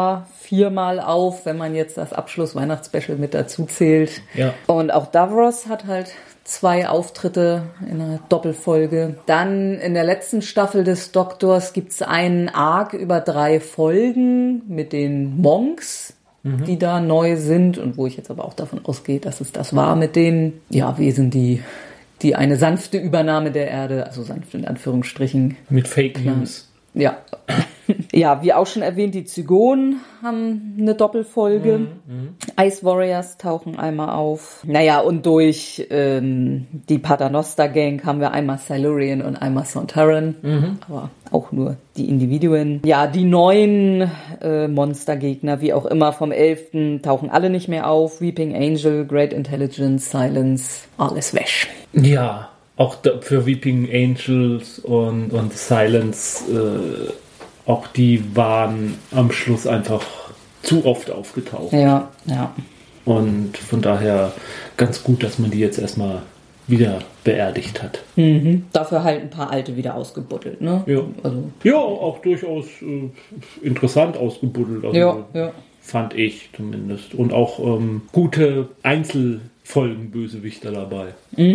Speaker 2: 4-mal auf, wenn man jetzt das Abschluss-Weihnachtsspecial mit dazu zählt.
Speaker 1: Ja.
Speaker 2: Und auch Davros hat halt 2 Auftritte in einer Doppelfolge. Dann in der letzten Staffel des Doktors gibt's einen Arc über 3 Folgen mit den Monks, die da neu sind und wo ich jetzt aber auch davon ausgehe, dass es das war mit den Wesen, die eine sanfte Übernahme der Erde, also sanft in Anführungsstrichen.
Speaker 1: Mit Fake News.
Speaker 2: Ja. Ja, wie auch schon erwähnt, die Zygonen haben eine Doppelfolge. Ice Warriors tauchen einmal auf. Naja, und durch die Paternoster Gang haben wir einmal Silurian und einmal Sontaran. Aber auch nur die Individuen. Ja, die neuen Monstergegner, wie auch immer, vom 11. tauchen alle nicht mehr auf. Weeping Angel, Great Intelligence, Silence, alles wäsch.
Speaker 1: Ja, auch für Weeping Angels und Silence, auch die waren am Schluss einfach zu oft aufgetaucht.
Speaker 2: Ja.
Speaker 1: Und von daher ganz gut, dass man die jetzt erstmal wieder beerdigt hat.
Speaker 2: Dafür halt ein paar alte wieder ausgebuddelt, ne?
Speaker 1: Ja,
Speaker 2: also.
Speaker 1: Ja, auch durchaus interessant ausgebuddelt. Also,
Speaker 2: Ja.
Speaker 1: Fand ich zumindest. Und auch gute Einzelfolgen-Bösewichter dabei.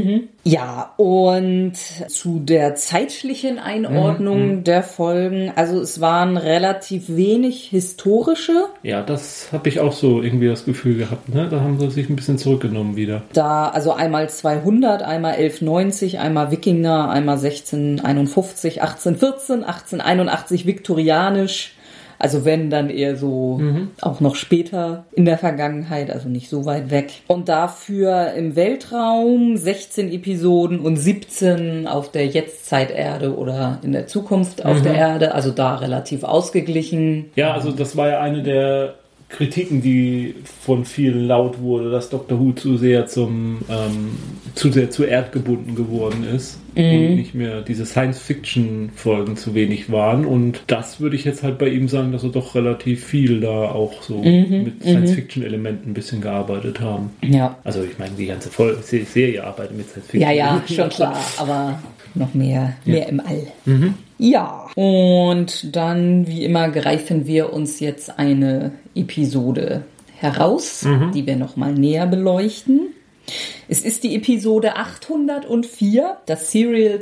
Speaker 2: Ja, und zu der zeitlichen Einordnung der Folgen, also es waren relativ wenig historische.
Speaker 1: Ja, das habe ich auch so irgendwie das Gefühl gehabt, ne? Da haben sie sich ein bisschen zurückgenommen wieder.
Speaker 2: Da, also einmal 200, einmal 1190, einmal Wikinger, einmal 1651, 1814, 1881 viktorianisch. Also wenn, dann eher so auch noch später in der Vergangenheit, also nicht so weit weg. Und dafür im Weltraum 16 Episoden und 17 auf der Jetztzeiterde oder in der Zukunft auf der Erde. Also da relativ ausgeglichen.
Speaker 1: Ja, also das war ja eine der Kritiken, die von vielen laut wurde, dass Doctor Who zu sehr zu erdgebunden geworden ist und nicht mehr diese Science-Fiction-Folgen zu wenig waren. Und das würde ich jetzt halt bei ihm sagen, dass sie doch relativ viel da auch so mit Science-Fiction-Elementen ein bisschen gearbeitet haben.
Speaker 2: Ja.
Speaker 1: Also ich meine, die ganze Serie arbeitet mit Science-Fiction.
Speaker 2: Ja, schon klar, aber noch mehr im All. Ja, und dann, wie immer, greifen wir uns jetzt eine Episode heraus, die wir nochmal näher beleuchten. Es ist die Episode 804, das Serial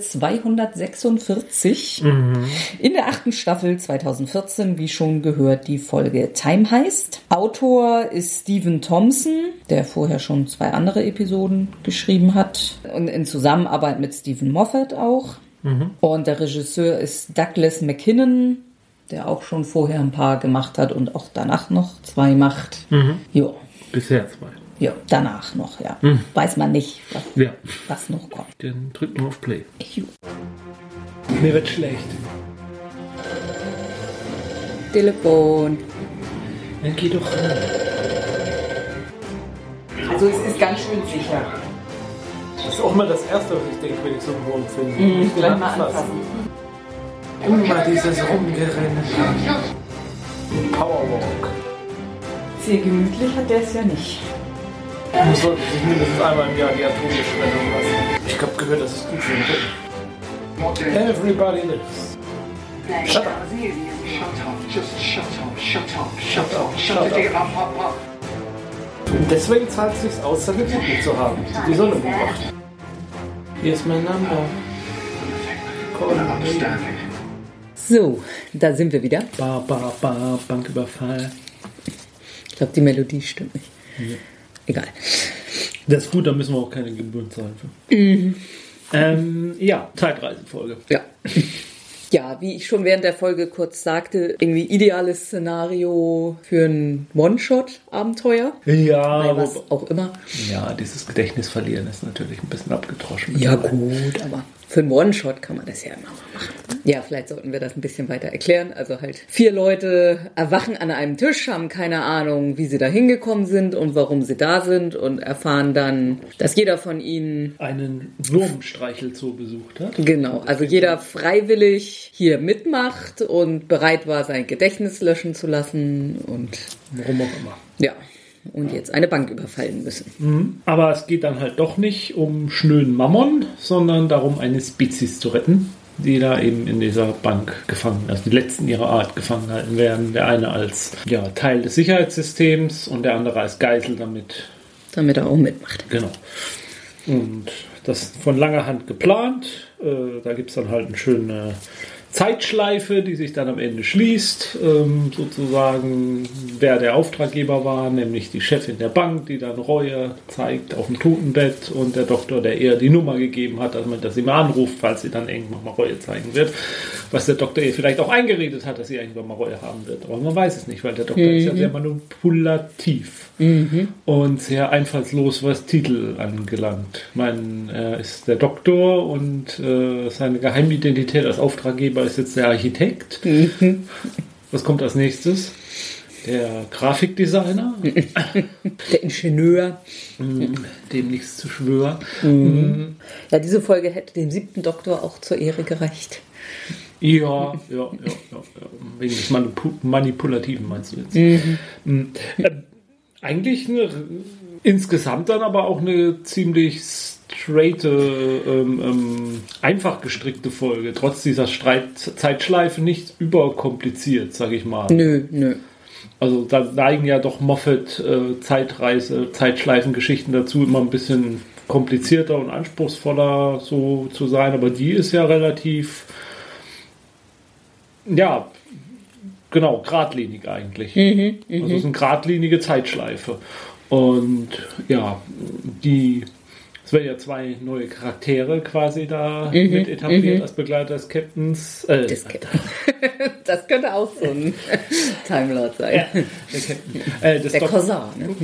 Speaker 2: 246, in der 8. Staffel 2014, wie schon gehört, die Folge Time Heist. Autor ist Stephen Thompson, der vorher schon 2 andere Episoden geschrieben hat und in Zusammenarbeit mit Stephen Moffat auch. Und der Regisseur ist Douglas McKinnon, der auch schon vorher ein paar gemacht hat und auch danach noch 2 macht. Jo.
Speaker 1: Bisher 2.
Speaker 2: Ja, danach noch, ja. Weiß man nicht, was noch kommt.
Speaker 1: Dann drücken wir auf Play.
Speaker 2: Jo.
Speaker 1: Mir wird schlecht.
Speaker 2: Telefon.
Speaker 1: Dann geh doch rein.
Speaker 2: Also es ist ganz schön sicher.
Speaker 1: Das ist auch mal das Erste, was ich denke, wenn ich so einen Wurm finde.
Speaker 2: Gleich mal anfassen.
Speaker 1: Immer dieses Rumgerenne. Powerwalk.
Speaker 2: Sehr gemütlich hat der es ja nicht.
Speaker 1: Man sollte sich mindestens einmal im Jahr die Atombeschwendung lassen. Ich habe gehört, das ist gut für den Rücken. Everybody lives. Shut up. Shut up. Und deswegen zahlt es sich aus, seine Typen zu haben, die Sonne beobachten. Hier ist mein Number.
Speaker 2: So, da sind wir wieder.
Speaker 1: Banküberfall.
Speaker 2: Ich glaube, die Melodie stimmt nicht.
Speaker 1: Ja.
Speaker 2: Egal.
Speaker 1: Das ist gut, da müssen wir auch keine Gebühren zahlen für. Ja, Zeitreisenfolge.
Speaker 2: Ja. Ja, wie ich schon während der Folge kurz sagte, irgendwie ideales Szenario für ein One-Shot-Abenteuer.
Speaker 1: Ja.
Speaker 2: Bei was auch immer.
Speaker 1: Ja, dieses Gedächtnis verlieren ist natürlich ein bisschen abgedroschen.
Speaker 2: Ja gut, aber für einen One-Shot kann man das ja immer mal machen. Ja, vielleicht sollten wir das ein bisschen weiter erklären. Also halt 4 Leute erwachen an einem Tisch, haben keine Ahnung, wie sie da hingekommen sind und warum sie da sind und erfahren dann, dass jeder von ihnen
Speaker 1: einen Wurmstreichelzoo besucht hat.
Speaker 2: Genau, also jeder freiwillig hier mitmacht und bereit war, sein Gedächtnis löschen zu lassen und
Speaker 1: warum auch immer.
Speaker 2: Ja. Und jetzt eine Bank überfallen müssen.
Speaker 1: Aber es geht dann halt doch nicht um schnöden Mammon, sondern darum, eine Spezies zu retten, die da eben in dieser Bank gefangen, also die letzten ihrer Art gefangen halten werden. Der eine als Teil des Sicherheitssystems und der andere als Geisel,
Speaker 2: damit er auch mitmacht.
Speaker 1: Genau. Und das von langer Hand geplant. Da gibt es dann halt eine schöne Zeitschleife, die sich dann am Ende schließt, sozusagen, wer der Auftraggeber war, nämlich die Chefin der Bank, die dann Reue zeigt auf dem Totenbett und der Doktor, der ihr die Nummer gegeben hat, dass sie mal anruft, falls sie dann irgendwann mal Reue zeigen wird, was der Doktor ihr vielleicht auch eingeredet hat, dass sie irgendwann mal Reue haben wird, aber man weiß es nicht, weil der Doktor ist ja sehr manipulativ und sehr einfallslos, was Titel angelangt. Ich meine, er ist der Doktor und seine Geheimidentität als Auftraggeber ist jetzt der Architekt. Was kommt als nächstes? Der Grafikdesigner.
Speaker 2: Der Ingenieur.
Speaker 1: Dem nichts zu schwören.
Speaker 2: Ja, diese Folge hätte dem 7. Doktor auch zur Ehre gereicht.
Speaker 1: Ja. Wegen des Manipulativen meinst du jetzt? Eigentlich insgesamt dann aber auch eine ziemlich straighte, einfach gestrickte Folge. Trotz dieser Zeitschleife nicht überkompliziert, sage ich mal.
Speaker 2: Nö.
Speaker 1: Also da neigen ja doch Moffat Zeitschleifengeschichten dazu, immer ein bisschen komplizierter und anspruchsvoller so zu sein. Aber die ist ja relativ, geradlinig eigentlich. Also es ist eine geradlinige Zeitschleife. Und ja, es werden ja 2 neue Charaktere quasi da mit etabliert als Begleiter des Captains.
Speaker 2: Das könnte auch so ein Timelord sein.
Speaker 1: Ja, der
Speaker 2: Cousin.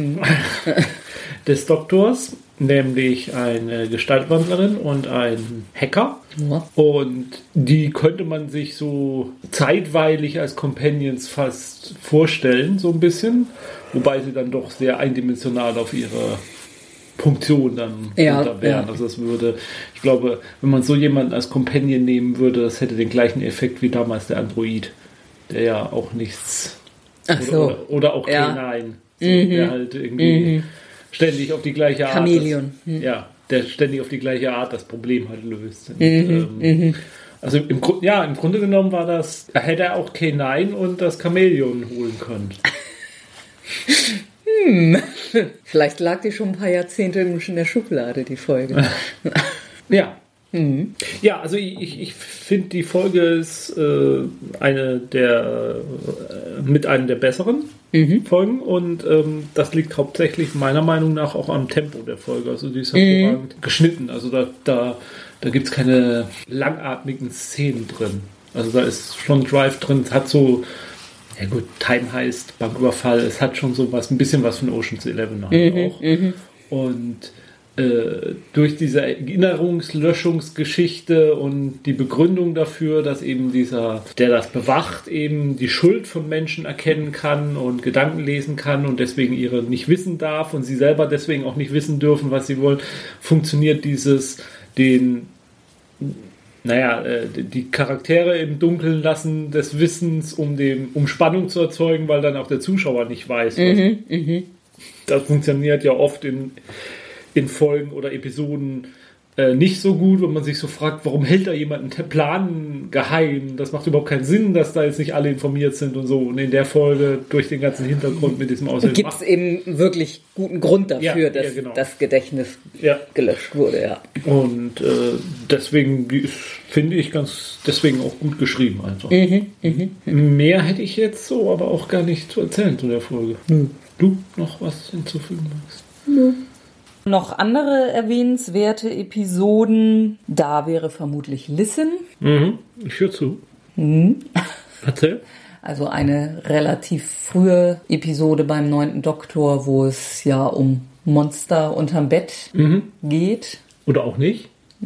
Speaker 1: Des Doktors, nämlich eine Gestaltwandlerin und ein Hacker. Ja. Und die könnte man sich so zeitweilig als Companions fast vorstellen, so ein bisschen. Wobei sie dann doch sehr eindimensional auf ihre Funktion dann wären. Ja. Also es würde, ich glaube, wenn man so jemanden als Companion nehmen würde, das hätte den gleichen Effekt wie damals der Android, der ja auch nichts oder auch K9, der halt irgendwie ständig auf die gleiche Art
Speaker 2: Chamäleon.
Speaker 1: Der ständig auf die gleiche Art das Problem halt löst. Und, also im Grunde genommen war das, hätte er auch K9 und das Chamäleon holen können.
Speaker 2: Vielleicht lag die schon ein paar Jahrzehnte in der Schublade, die Folge.
Speaker 1: Ja. Ja, also ich finde, die Folge ist einer der besseren Folgen und das liegt hauptsächlich meiner Meinung nach auch am Tempo der Folge. Also die ist hervorragend geschnitten. Also da gibt es keine langatmigen Szenen drin. Also da ist schon Drive drin. Es hat so, ja gut, Time Heist, Banküberfall, es hat schon so was, ein bisschen was von Ocean's 11 halt auch. Und durch diese Erinnerungslöschungsgeschichte und die Begründung dafür, dass eben der das bewacht, eben die Schuld von Menschen erkennen kann und Gedanken lesen kann und deswegen ihre nicht wissen darf und sie selber deswegen auch nicht wissen dürfen, was sie wollen, funktioniert die Charaktere im Dunkeln lassen des Wissens, um Spannung zu erzeugen, weil dann auch der Zuschauer nicht weiß. Das funktioniert ja oft in Folgen oder Episoden nicht so gut, wenn man sich so fragt, warum hält da jemand einen Plan geheim? Das macht überhaupt keinen Sinn, dass da jetzt nicht alle informiert sind und so. Und in der Folge, durch den ganzen Hintergrund mit diesem Aussehen,
Speaker 2: gibt es eben wirklich guten Grund dafür, dass das Gedächtnis gelöscht wurde. Ja.
Speaker 1: Und deswegen finde ich deswegen auch gut geschrieben einfach. Mehr hätte ich jetzt so aber auch gar nicht zu erzählen zu der Folge. Du noch was hinzufügen magst?
Speaker 2: Noch andere erwähnenswerte Episoden, da wäre vermutlich Listen.
Speaker 1: Ich höre zu. Erzähl.
Speaker 2: Also eine relativ frühe Episode beim 9. Doktor, wo es ja um Monster unterm Bett geht.
Speaker 1: Oder auch nicht.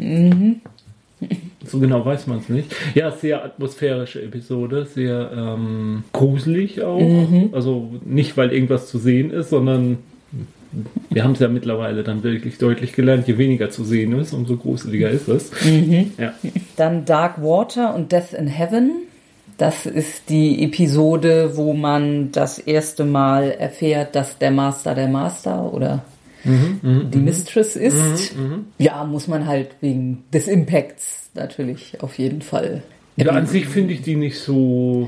Speaker 1: So genau weiß man es nicht. Ja, sehr atmosphärische Episode, sehr gruselig auch. Also nicht, weil irgendwas zu sehen ist, sondern wir haben es ja mittlerweile dann wirklich deutlich gelernt, je weniger zu sehen ist, umso gruseliger ist es. Ja.
Speaker 2: Dann Dark Water und Death in Heaven. Das ist die Episode, wo man das erste Mal erfährt, dass der Master oder die Mistress ist. Ja, muss man halt wegen des Impacts natürlich auf jeden Fall.
Speaker 1: Ja, an sich finde ich die nicht so,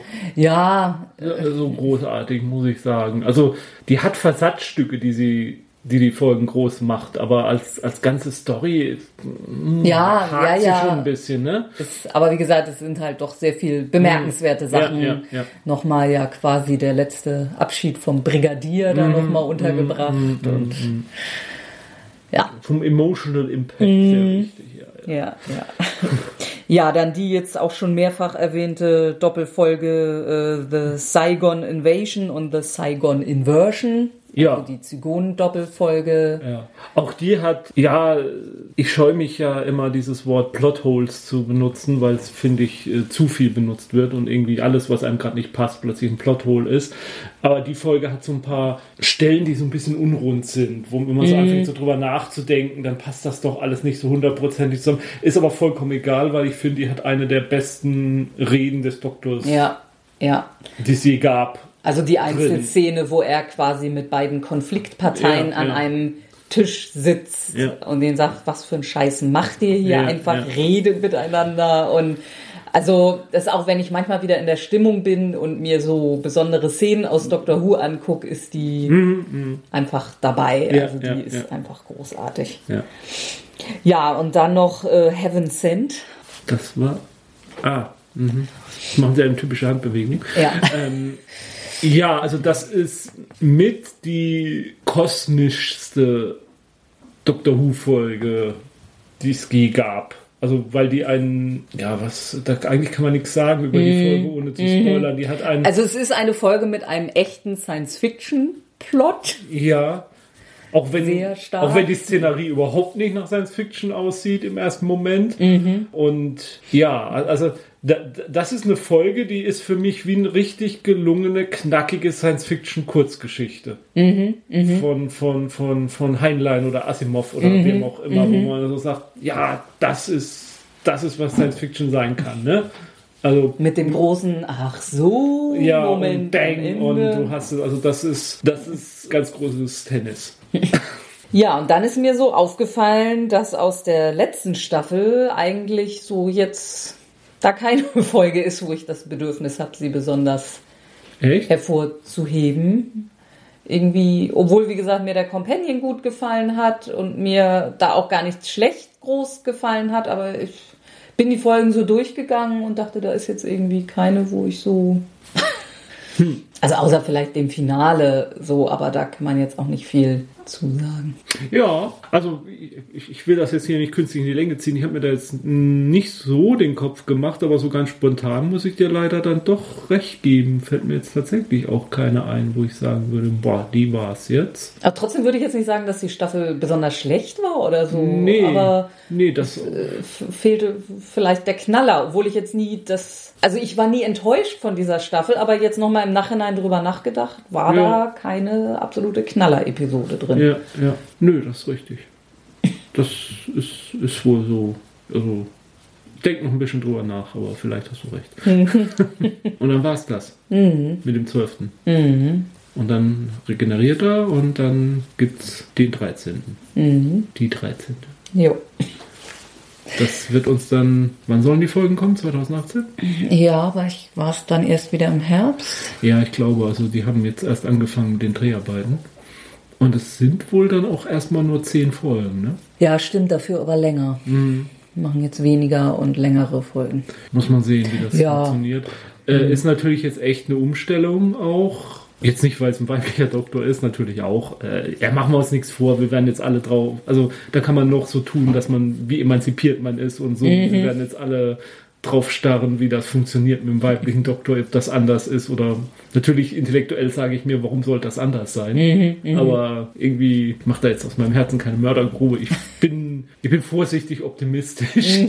Speaker 1: so großartig, muss ich sagen. Also die hat Versatzstücke, die Folgen groß macht, aber als ganze Story hakt sie schon ein bisschen, ne?
Speaker 2: Aber wie gesagt, es sind halt doch sehr viel bemerkenswerte Sachen.
Speaker 1: Ja.
Speaker 2: Nochmal ja quasi der letzte Abschied vom Brigadier da nochmal untergebracht. Und ja.
Speaker 1: Vom Emotional Impact sehr wichtig.
Speaker 2: Ja. Ja, dann die jetzt auch schon mehrfach erwähnte Doppelfolge The Saigon Invasion und The Saigon Inversion.
Speaker 1: Ja.
Speaker 2: Also die Zygonen-Doppelfolge.
Speaker 1: Ja. Auch die hat, ich scheue mich ja immer, dieses Wort Plotholes zu benutzen, weil es, finde ich, zu viel benutzt wird und irgendwie alles, was einem gerade nicht passt, plötzlich ein Plothole ist. Aber die Folge hat so ein paar Stellen, die so ein bisschen unrund sind, wo man so anfängt, so drüber nachzudenken, dann passt das doch alles nicht so 100% zusammen. Ist aber vollkommen egal, weil ich finde, die hat eine der besten Reden des Doktors, die es je gab.
Speaker 2: Also die Einzelszene, wo er quasi mit beiden Konfliktparteien an einem Tisch sitzt und denen sagt, was für einen Scheiß macht ihr hier? Redet miteinander. Und also das auch, wenn ich manchmal wieder in der Stimmung bin und mir so besondere Szenen aus Doctor Who angucke, ist die einfach dabei. Also die ist einfach großartig. Ja, und dann noch Heaven Sent.
Speaker 1: Das war... Das machen sie eine typische Handbewegung. Ja, also das ist mit die kosmischste Doctor Who-Folge, die es je gab. Also weil die eigentlich kann man nichts sagen über die Folge, ohne zu spoilern. Die hat
Speaker 2: also es ist eine Folge mit einem echten Science-Fiction-Plot.
Speaker 1: Ja. Auch wenn die Szenerie überhaupt nicht nach Science-Fiction aussieht im ersten Moment. Und ja, also das ist eine Folge, die ist für mich wie eine richtig gelungene, knackige Science-Fiction-Kurzgeschichte. Von Heinlein oder Asimov oder wem auch immer, wo man so sagt, ja, das ist, was Science-Fiction sein kann, ne? Also,
Speaker 2: mit dem großen Moment
Speaker 1: und Bang und du hast es, also das ist ganz großes Tennis.
Speaker 2: Ja, und dann ist mir so aufgefallen, dass aus der letzten Staffel eigentlich so jetzt da keine Folge ist, wo ich das Bedürfnis habe, sie besonders hervorzuheben. Irgendwie, obwohl, wie gesagt, mir der Companion gut gefallen hat und mir da auch gar nichts schlecht groß gefallen hat, aber ich bin die Folgen so durchgegangen und dachte, da ist jetzt irgendwie keine, wo ich so... Also außer vielleicht dem Finale so, aber da kann man jetzt auch nicht viel zu sagen.
Speaker 1: Ja, also ich will das jetzt hier nicht künstlich in die Länge ziehen. Ich habe mir da jetzt nicht so den Kopf gemacht, aber so ganz spontan muss ich dir leider dann doch recht geben. Fällt mir jetzt tatsächlich auch keine ein, wo ich sagen würde, boah, die war's jetzt.
Speaker 2: Aber trotzdem würde ich jetzt nicht sagen, dass die Staffel besonders schlecht war oder so.
Speaker 1: Nee, das
Speaker 2: fehlte vielleicht der Knaller, obwohl ich jetzt nie also ich war nie enttäuscht von dieser Staffel, aber jetzt nochmal im Nachhinein drüber nachgedacht, war da keine absolute Knaller-Episode drin.
Speaker 1: Ja. Nö, das ist richtig. Das ist wohl so. Also, ich denke noch ein bisschen drüber nach, aber vielleicht hast du recht. Und dann war es das. Mit dem 12. Und dann regeneriert er und dann gibt's den 13. Die 13.
Speaker 2: Jo.
Speaker 1: Das wird uns dann, wann sollen die Folgen kommen? 2018?
Speaker 2: Ja, aber war es dann erst wieder im Herbst?
Speaker 1: Ja, ich glaube, also die haben jetzt erst angefangen mit den Dreharbeiten. Und es sind wohl dann auch erstmal nur 10 Folgen, ne?
Speaker 2: Ja, stimmt, dafür aber länger. Machen jetzt weniger und längere Folgen.
Speaker 1: Muss man sehen, wie das funktioniert. Ist natürlich jetzt echt eine Umstellung auch. Jetzt nicht, weil es ein weiblicher Doktor ist, natürlich auch. Machen wir uns nichts vor, wir werden jetzt alle drauf. Also da kann man noch so tun, dass man, wie emanzipiert man ist und so. Wir werden jetzt alle drauf starren, wie das funktioniert mit dem weiblichen Doktor, ob das anders ist oder natürlich intellektuell sage ich mir, warum soll das anders sein? Aber irgendwie macht da jetzt aus meinem Herzen keine Mördergrube. Ich bin vorsichtig optimistisch.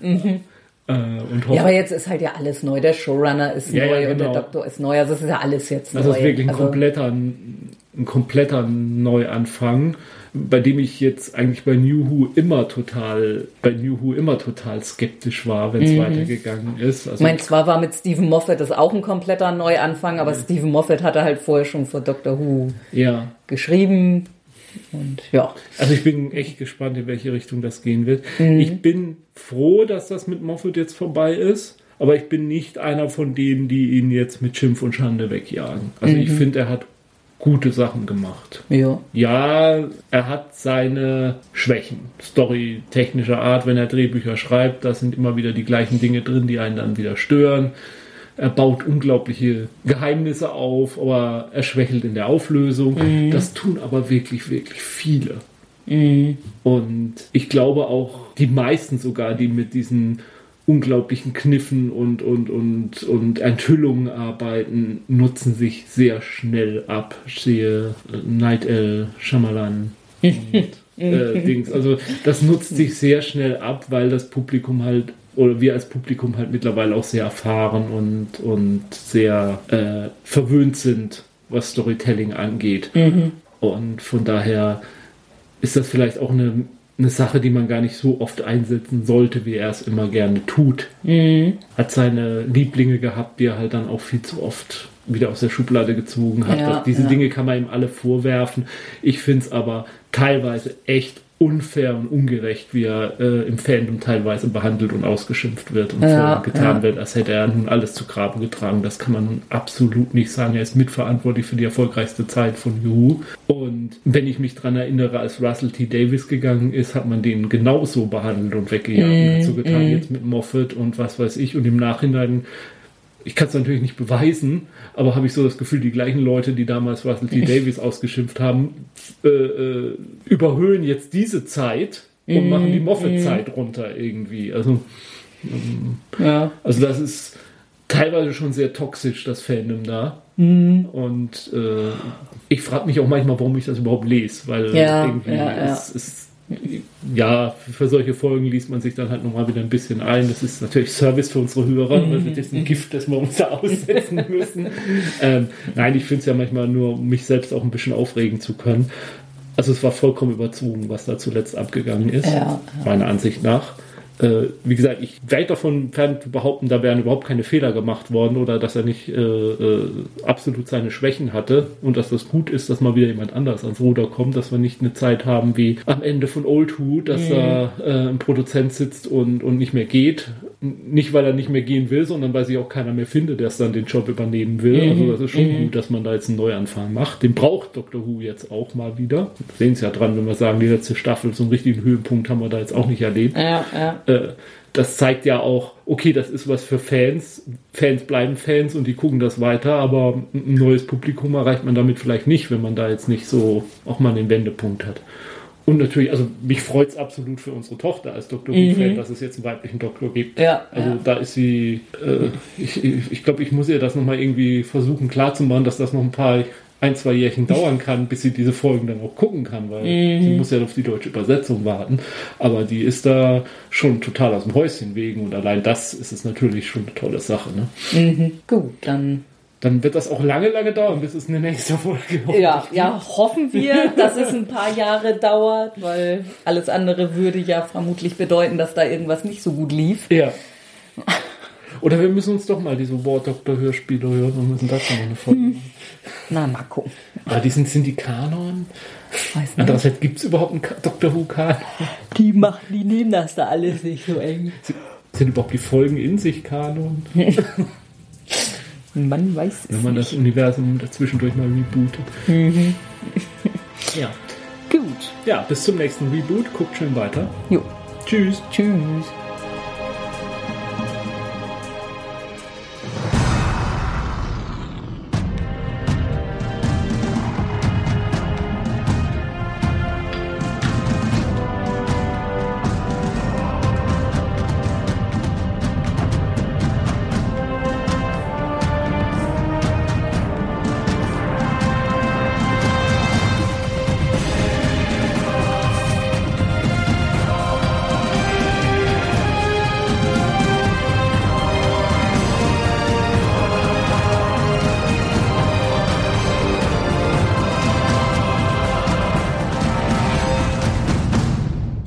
Speaker 1: Und hoffe,
Speaker 2: ja, aber jetzt ist halt ja alles neu. Der Showrunner ist neu und der Doktor ist neu. Also das ist ja alles jetzt neu.
Speaker 1: Das ist wirklich ein kompletter Neuanfang, bei dem ich jetzt eigentlich bei New Who immer total skeptisch war, wenn es weitergegangen ist. Also,
Speaker 2: ich meine, zwar war mit Stephen Moffat das auch ein kompletter Neuanfang, aber Stephen Moffat hatte halt vorher schon für Doctor Who geschrieben. Und ja.
Speaker 1: Also ich bin echt gespannt, in welche Richtung das gehen wird. Ich bin froh, dass das mit Moffat jetzt vorbei ist, aber ich bin nicht einer von denen, die ihn jetzt mit Schimpf und Schande wegjagen. Also ich finde, er hat gute Sachen gemacht. Ja, er hat seine Schwächen. Storytechnischer Art, wenn er Drehbücher schreibt, da sind immer wieder die gleichen Dinge drin, die einen dann wieder stören. Er baut unglaubliche Geheimnisse auf, aber er schwächelt in der Auflösung. Das tun aber wirklich, wirklich viele. Und ich glaube auch, die meisten sogar, die mit diesen unglaublichen Kniffen und Enthüllungen arbeiten, nutzen sich sehr schnell ab. Ich sehe Night Owl, Shyamalan Dings. Also das nutzt sich sehr schnell ab, weil das Publikum halt oder wir als Publikum halt mittlerweile auch sehr erfahren und sehr verwöhnt sind, was Storytelling angeht. Und von daher ist das vielleicht auch eine Sache, die man gar nicht so oft einsetzen sollte, wie er es immer gerne tut. Hat seine Lieblinge gehabt, die er halt dann auch viel zu oft wieder aus der Schublade gezogen hat. Diese Dinge kann man ihm alle vorwerfen. Ich finde es aber teilweise echt unfair und ungerecht, wie er im Fandom teilweise behandelt und ausgeschimpft wird und getan wird, als hätte er nun alles zu Grabe getragen. Das kann man nun absolut nicht sagen. Er ist mitverantwortlich für die erfolgreichste Zeit von Who. Und wenn ich mich daran erinnere, als Russell T. Davies gegangen ist, hat man den genauso behandelt und weggejagt. Und hat so getan, jetzt mit Moffat und was weiß ich. Und im Nachhinein, ich kann es natürlich nicht beweisen, aber habe ich so das Gefühl, die gleichen Leute, die damals Russell T. Davies ausgeschimpft haben, überhöhen jetzt diese Zeit und machen die Moffat-Zeit runter irgendwie. Also, also das ist teilweise schon sehr toxisch, das Fandom da. Und ich frage mich auch manchmal, warum ich das überhaupt lese, weil für solche Folgen liest man sich dann halt nochmal wieder ein bisschen ein. Das ist natürlich Service für unsere Hörer, aber das ist ein Gift, das wir uns da aussetzen müssen. Nein, ich finde es ja manchmal nur, um mich selbst auch ein bisschen aufregen zu können. Also es war vollkommen überzogen, was da zuletzt abgegangen ist, meiner Ansicht nach. Wie gesagt, ich weit davon fern zu behaupten, da wären überhaupt keine Fehler gemacht worden oder dass er nicht absolut seine Schwächen hatte und dass das gut ist, dass mal wieder jemand anders ans Ruder kommt, dass wir nicht eine Zeit haben wie am Ende von Old Who, dass da ein Produzent sitzt und nicht mehr geht. Nicht, weil er nicht mehr gehen will, sondern weil sich auch keiner mehr findet, der es dann den Job übernehmen will. Also das ist schon gut, dass man da jetzt einen Neuanfang macht. Den braucht Doctor Who jetzt auch mal wieder. Wir sehen es ja dran, wenn wir sagen, die letzte Staffel, so einen richtigen Höhepunkt haben wir da jetzt auch nicht erlebt. Das zeigt ja auch, okay, das ist was für Fans. Fans bleiben Fans und die gucken das weiter, aber ein neues Publikum erreicht man damit vielleicht nicht, wenn man da jetzt nicht so auch mal den Wendepunkt hat. Und natürlich, also mich freut es absolut für unsere Tochter als Doctor Who-Fan, dass es jetzt einen weiblichen Doktor gibt. Da ist sie, ich glaube, ich muss ihr das nochmal irgendwie versuchen klarzumachen, dass das noch ein, zwei Jährchen dauern kann, bis sie diese Folgen dann auch gucken kann, weil sie muss ja auf die deutsche Übersetzung warten. Aber die ist da schon total aus dem Häuschen wegen und allein das ist es natürlich schon eine tolle Sache. Ne?
Speaker 2: Gut,
Speaker 1: dann wird das auch lange, lange dauern, bis es eine nächste Folge gibt.
Speaker 2: Ja, hoffen wir, dass es ein paar Jahre dauert, weil alles andere würde ja vermutlich bedeuten, dass da irgendwas nicht so gut lief.
Speaker 1: Ja. Oder wir müssen uns doch mal diese War Doctor Hörspiele hören und müssen das noch eine Folge machen.
Speaker 2: Na, mal gucken.
Speaker 1: Aber sind die Kanon?
Speaker 2: Weiß nicht.
Speaker 1: Andererseits gibt es überhaupt einen Doctor Who Kanon?
Speaker 2: Die nehmen das da alles nicht so eng.
Speaker 1: Sind überhaupt die Folgen in sich Kanon?
Speaker 2: Man weiß es
Speaker 1: wenn man
Speaker 2: nicht.
Speaker 1: Das Universum dazwischendurch mal rebootet. Ja.
Speaker 2: Gut.
Speaker 1: Ja, bis zum nächsten Reboot. Guckt schön weiter.
Speaker 2: Jo.
Speaker 1: Tschüss.
Speaker 2: Tschüss.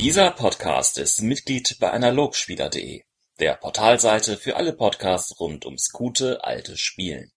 Speaker 3: Dieser Podcast ist Mitglied bei Analogspieler.de, der Portalseite für alle Podcasts rund ums gute alte Spielen.